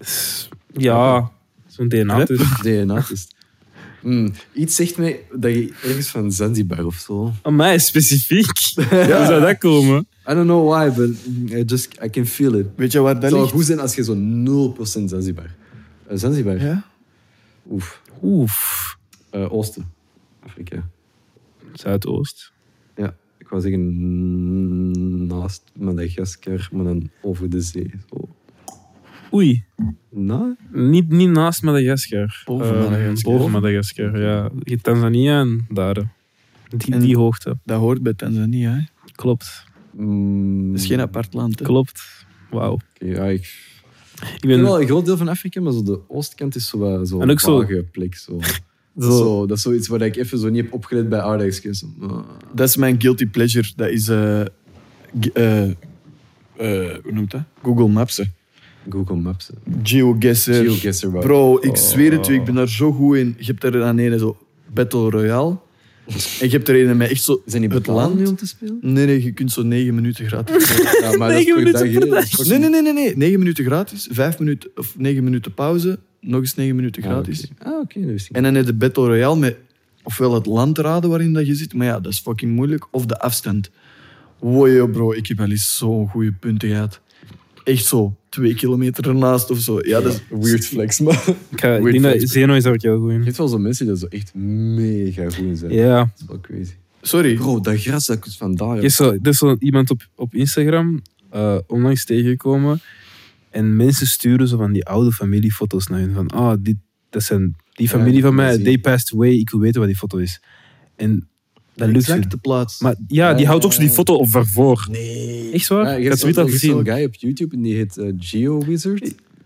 Ja, zo'n D N A. Dus.
D N A-test. Hmm, iets zegt mij dat je ergens van Zanzibar of zo...
Aan mij specifiek. Hoe zou dat komen?
I don't know why, but I just I can feel it.
Weet je waar
Het
dat
zou
ligt?
goed zijn als je zo nul procent Zanzibar... Uh, Zanzibar?
Ja?
Oef.
Oef.
Uh, Oosten. Afrika.
Zuidoost.
Ja, ik wou zeggen mm, naast Madagaskar, maar dan over de zee. Zo.
Oei.
Nou,
Niet, niet naast Madagaskar.
Boven
Eh,
Madagaskar.
Boven Madagaskar, ja. Je Tanzania en daar. eh. Die,
En-
die hoogte.
Dat hoort bij Tanzania. Hè?
Klopt.
mm,
Dat is geen apart land. Hè?
Klopt. Wauw.
oké, ja, ik,
Ik
ik ben
ben
wel een groot deel van Afrika, maar zo de oostkant is zo wat- zo
En ook zo-
vage plek. Zo. Dat,
zo...
is zo, dat is zoiets waar ik even zo niet heb opgelet bij Aardrijkskunst. Uh,
Dat is mijn guilty pleasure. Dat is... eh, g- eh, eh, hoe noemt dat? Google Maps. hè.
Google Maps. hè.
GeoGuessr.
GeoGuessr. wou-
Bro, ik
Oh.
zweer het u, ik ben daar zo goed in. Je hebt er dan een zo Battle Royale. En je hebt er een met echt zo
Zijn die
het
betaald
land.
nu om te spelen?
Nee, nee, je kunt zo negen minuten gratis.
Ja, maar
Negen
dat is per
minuten per
dag, hè.
dag.
Dat is toch-
nee, nee, nee, nee, nee. Negen minuten gratis. Vijf minuten of negen minuten pauze. Nog eens negen minuten
Ah,
gratis.
oké. Ah, oké, dat wist ik
En dan heb je de Battle Royale met ofwel het land raden waarin dat je zit. Maar ja, dat is fucking moeilijk. Of de afstand. Wow, bro, ik heb wel eens zo'n goede punten gehad. Echt zo, twee kilometer ernaast of zo. Ja, dat is
niet. Weird flex, maar...
Ik, ga, ik
Weird
denk dat
face.
Zeno is daar ook heel goed
Je
in.
hebt wel zo'n mensen die er zo echt mega goed in zijn.
Ja.
Dat is wel crazy.
Sorry.
Bro, dat gras dat ik vandaag
Er is zo, er is zo iemand op, op Instagram uh, onlangs tegengekomen. En mensen sturen zo van die oude familiefoto's naar hen. Van, ah, dit, dat zijn die
Ja,
familie
die
van
kan
mij,
je zien.
they passed away. Ik wil weten wat die foto is. En dat lukt
exact
ze.
de plaats.
Maar ja, die
Ja,
houdt
ja,
ook zo die
ja.
foto op waarvoor.
nee.
Echt waar?
Ja,
ik
je
had
hebt
zoiets al
zo'n
gezien.
guy op YouTube en die heet uh, GeoWizard.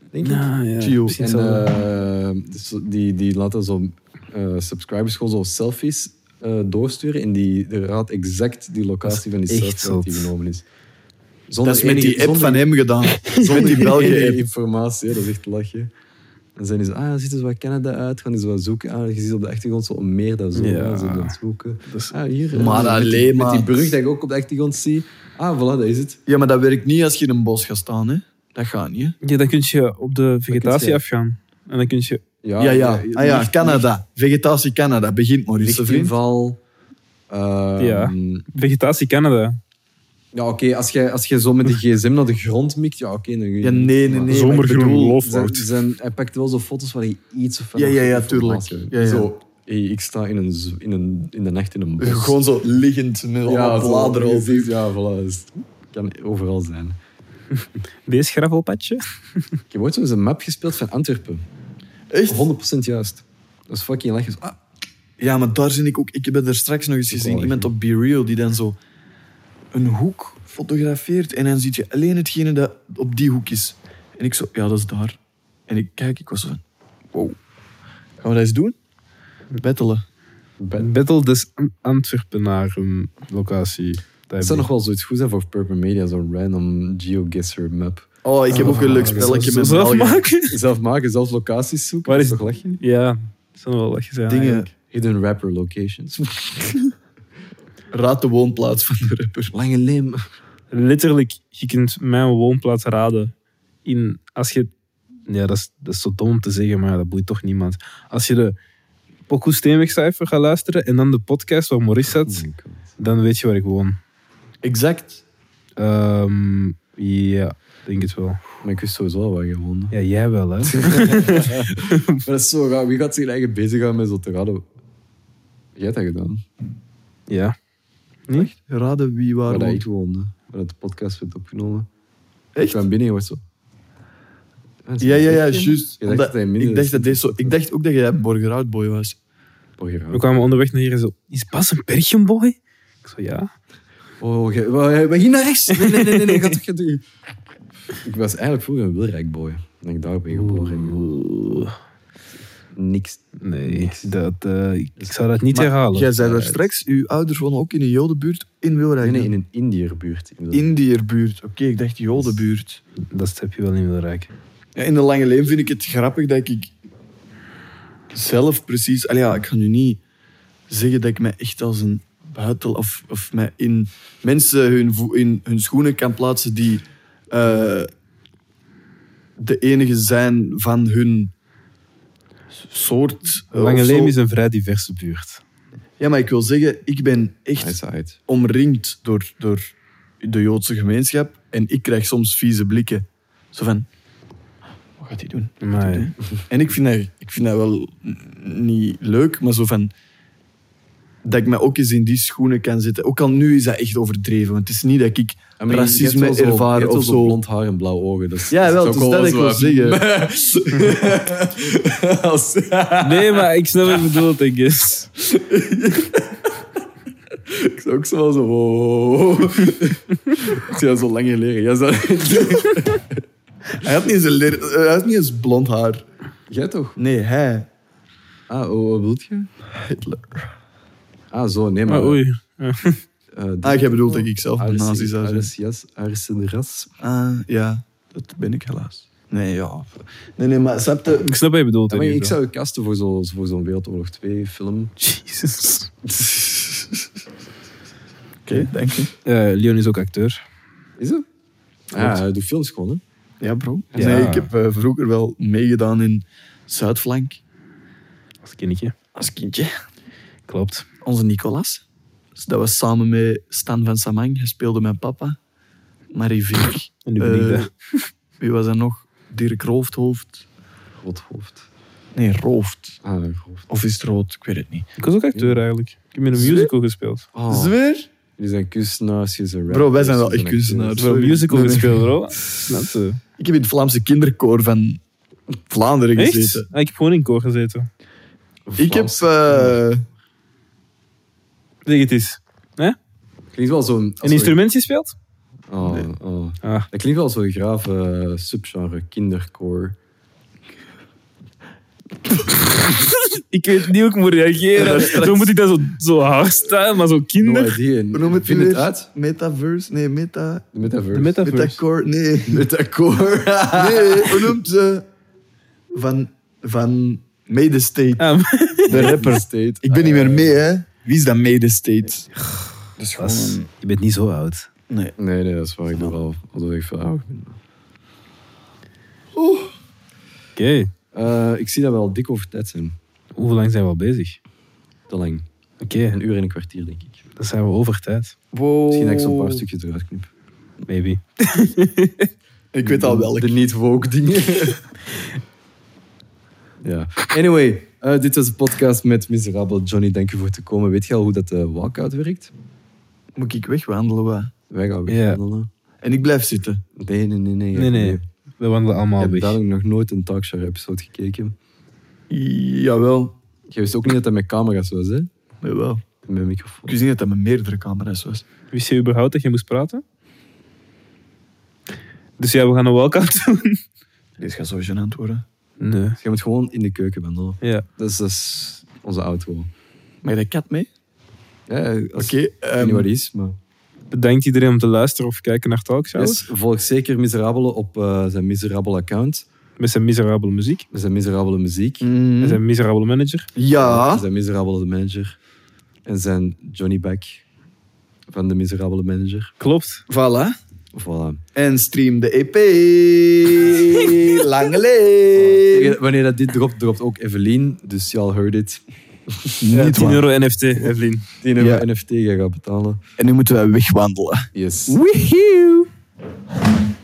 denk ik.
Ja, ja.
Gio.
Misschien
En
zal-
eh, dus die, die laten zo eh, subscribers gewoon zo selfies eh, doorsturen en die de raadt exact die locatie van die
echt
selfie dat die
zot.
genomen is.
Dat
Zonder
is met
enige-
die app
zonder-
van hem gedaan. Met die
enige
België-app.
informatie, hè, dat is echt lachen. En zijn die zo, ah, ziet er zo wat Canada uit, gaan die zo wat zoeken. Ah, je ziet op de achtergrond zo een meer dat zo,
Ja.
ah, zo aan het zoeken.
Dat is-
Ah, hier.
Maar
eh, met die-
alleen
Met die
maar-
brug dat ik ook op de achtergrond zie. Ah, voilà, dat is het.
Ja, maar dat werkt niet als je in een bos gaat staan. Hè. Dat gaat niet. Hè.
Ja, dan kun je op de vegetatie
je-
afgaan. En dan kun je...
Ja, ja. Ah, ja
licht-
Canada. Vegetatie Canada. Begint maar eens, vriend.
Lichtinval. ehm,
Ja. Vegetatie Canada.
Ja, oké, als, je, als je zo met die gsm naar de grond mikt, ja, oké. dan
Ja, nee, nee, nee.
Zomergroen
maar ik bedoel,
loofwoud.
Zijn, zijn, hij pakt wel zo foto's waar hij iets of
Ja, ja, ja,
informatie
tuurlijk.
heeft.
Ja, ja.
Zo, hey, ik sta in, een, z- in, een, in de nacht in een bos.
Gewoon zo liggend met allemaal
zo,
bladeren
je
op.
ziet- Ja, voilà. Dus het kan overal zijn.
Deze gravelpadje.
Ik heb ooit zo eens een map gespeeld van Antwerpen.
Echt?
honderd procent juist. Dat is fucking lachen. Zo, ah,
Ja, maar daar zin ik ook... Ik heb er straks nog eens
Dat is
gezien.
wel
Iemand op Be Real die dan zo een hoek fotografeert en dan zie je alleen hetgene dat op die hoek is. En ik zo, ja, dat is daar. En ik kijk, ik was zo van, wow. Gaan we dat eens doen? Bettelen.
ben-
Battle des An- Antwerpenaren locatie.
Het zou nog wel zoiets goed zijn voor Purple Media, zo'n random GeoGuessr map.
Oh, ik heb ook een leuk spelletje met
Zelf
België.
maken?
Zelf maken, zelf locaties zoeken.
Waar
dat
is-
toch lachen?
Ja, dat zou wel lachen zijn.
Dingen,
eigenlijk.
Hidden rapper locations.
raad de woonplaats van de rapper.
Lange Leem.
Letterlijk, je kunt mijn woonplaats raden. In, als je... Ja, dat is, dat is zo dom om te zeggen, maar ja, dat boeit toch niemand. Als je de Pokoe Steenwegcijfer gaat luisteren en dan de podcast waar Maurice zat, dan weet je waar ik woon.
Exact.
Ehm, ja, denk het wel.
Maar ik wist sowieso al waar je woonde.
Ja, jij wel, hè?
Maar dat is zo raar. Wie gaat zich eigen bezighouden met zo te raden? Jij hebt dat gedaan.
Ja.
Raden wie waar
Waar dat
woont.
ik woonde. Waar dat de podcast werd opgenomen.
Echt?
Ik kwam binnen en was zo...
Ja, ja, ja, juist.
Je dacht
Omdat-
dat hij minder
Ik dacht, dat
is.
deze zo, ik dacht ook dat jij een Borgerhout-boy was.
We kwamen onderweg naar hier en zo... Is Bas een Berchenboy? Ik zo, ja.
Oh, jij- wa- we gaan naar rechts. Nee, nee, nee, nee, nee. Ga toch, ga toch. Ik was eigenlijk vroeger een Wilrijk-boy. En ik daar ben geboren. Niks.
Nee, dat, eh, ik ik zou dat niet herhalen.
Jij zei daar straks, uw ouders wonen ook in een jodenbuurt in Wilrijk.
Nee, nee, in een Indierbuurt.
Indierbuurt. Oké, ik dacht jodenbuurt.
Dat heb je wel niet willen rijken.
Ja, in de Lange Leem vind ik het grappig dat ik zelf precies... Allee, ja, ik ga nu niet zeggen dat ik me echt als een buiten... Of, of mij in mensen hun, vo- in hun schoenen kan plaatsen die eh, de enige zijn van hun soort. eh,
Lange
of
Leem
zo.
is een vrij diverse buurt.
Ja, maar ik wil zeggen, ik ben echt
Nice uit.
omringd door, door de Joodse gemeenschap. En ik krijg soms vieze blikken. Zo van, wat gaat hij doen?
Maar
En ik vind dat, ik vind dat wel n- niet leuk, maar zo van... Dat ik me ook eens in die schoenen kan zetten. Ook al nu is dat echt overdreven. Want het is niet dat ik
I mean,
racisme
je hebt wel zo-
ervaar
je hebt
of
wel zo
zo.
blond haar en blauwe ogen. Dat is,
Ja, wel,
dat
het
is
is
ook
dat ik wil
zo-
zeggen.
Als-
nee, maar ik snap wat je bedoelt, denk ik.
Ik zou ook zo wel zo... wow. Ik zie dat zo lang geleden. Jij zou...
Hij had niet eens, een leer- eh, hij had niet eens blond haar.
Jij toch?
Nee, hij.
Ah, oh, wat bedoelt je?
Hitler.
Ah, zo, nee, maar...
Maar oei. Ja.
eh, die-
Ah, jij bedoelt dat ik zelf een
Aris-
nazi zou zijn.
Aris- yes, Arsen Ras.
Ah, ja. Dat ben ik helaas. Nee, ja. Nee, nee, maar snap je...
Ik snap wat je bedoelt.
Ja, maar
denk
ik
wel.
zou casten voor zo'n voor zo'n Wereldoorlog twee film.
Jezus.
Oké, dank je.
Eh, Leon is ook acteur.
Is het? Ja, hij doet films gewoon, hè.
Ja, bro.
Ja.
Nee, ik heb eh, vroeger wel meegedaan in Zuidflank.
Als kindje.
Als kindje.
Klopt.
Onze Nicolas. Dus dat was samen met Stan van Samang. Hij speelde mijn papa. Marie Vink.
En nu ben ik
Eh,
daar.
Wie was er nog? Dirk Roofdhoofd.
Groot hoofd.
Nee, Roofd.
Ah, hoofd.
Of is het Rood? Ik weet het niet.
Ik was ook acteur eigenlijk. Ik heb in een
Zweer?
musical gespeeld.
Oh,
Zweer?
jullie zijn kunstenaars, jullie zijn rappers.
Bro, wij zijn wel
jullie
echt kunstenaars.
Ik heb een
Sorry.
musical
Nee, nee.
gespeeld, bro. Snap je?
Ik heb in het Vlaamse kinderkoor van Vlaanderen
Echt?
gezeten.
Ah, ik heb gewoon in koor gezeten.
Ik heb...
Vlaams.
eh,
Zeg het eens.
Klinkt wel zo'n...
Een instrument gespeeld?
Oh,
Nee.
oh.
Ah.
Dat klinkt wel zo'n graaf uh, subgenre, kindercore.
Ik weet niet hoe ik moet reageren. Zo moet ik dat zo, zo hard staan, maar zo kinder.
No idea.
Hoe noem het
Vind
nu
het
weer?
uit?
Metaverse? Nee, meta...
De metaverse.
De metaverse.
Metacore? Nee.
Metacore.
Nee, hoe noemt ze? Van... Van... Medestate.
Ah,
De rapper.
State.
Ik ben niet meer mee, hè. Wie is dat Medestate? Dat is
dat is-
gewoon...
je bent niet zo oud.
Nee.
Nee, nee, dat is waar. Ik ben wel alsof ik veel ouder ben.
Oké.
Uh, ik zie dat we al dik over tijd zijn.
Hoe lang zijn we al bezig?
Te lang.
Oké,
Een uur en een kwartier, denk ik.
dan zijn we over tijd.
Wow.
Misschien dat ik zo'n paar stukjes eruit knip.
Maybe.
Ik weet al welk.
De niet-woke dingen. Ja. Anyway, uh, dit was de podcast met Miserabel. Johnny, dank u voor te komen. Weet je al hoe dat de walkout werkt?
Moet ik wegwandelen, wat?
Wij gaan
Ja.
wegwandelen.
En ik blijf zitten.
Nee, nee, nee. Nee,
Nee, nee. We wandelen
Ik
allemaal
heb
weg.
dadelijk nog nooit een talkshow-episode gekeken.
Jawel.
Je wist ook niet dat dat met camera's was, hè?
Jawel.
Met microfoon.
Ik wist niet dat dat met meerdere camera's was.
Wist je überhaupt dat je moest praten? Dus ja, we gaan een walkout doen.
Deze gaat zo gênant worden.
Nee.
Je moet gewoon in de keuken wandelen.
Ja.
Dat is, dat is onze auto.
Mag je de kat mee?
Ja,
Oké.
als, ik weet niet
ehm,
wat het is, maar...
Bedankt iedereen om te luisteren of kijken naar talkshows.
Yes, volg zeker Miserabele op uh, zijn Miserabele account.
Met zijn miserabele muziek.
Met zijn Miserabele muziek.
mm,
Met zijn miserabele manager.
ja.
Zijn Miserabele manager. En zijn Johnny Back van de Miserabele manager.
Klopt.
Voilà.
Voilà.
En stream de E P. Lange leven.
Wanneer dat dit dropt, dropt ook Evelien. Dus y'all heard it.
Ja, tien euro N F T, Evelien.
tien euro
Ja.
N F T ga gaan betalen.
En nu moeten wij wegwandelen.
Yes.
Woehoe.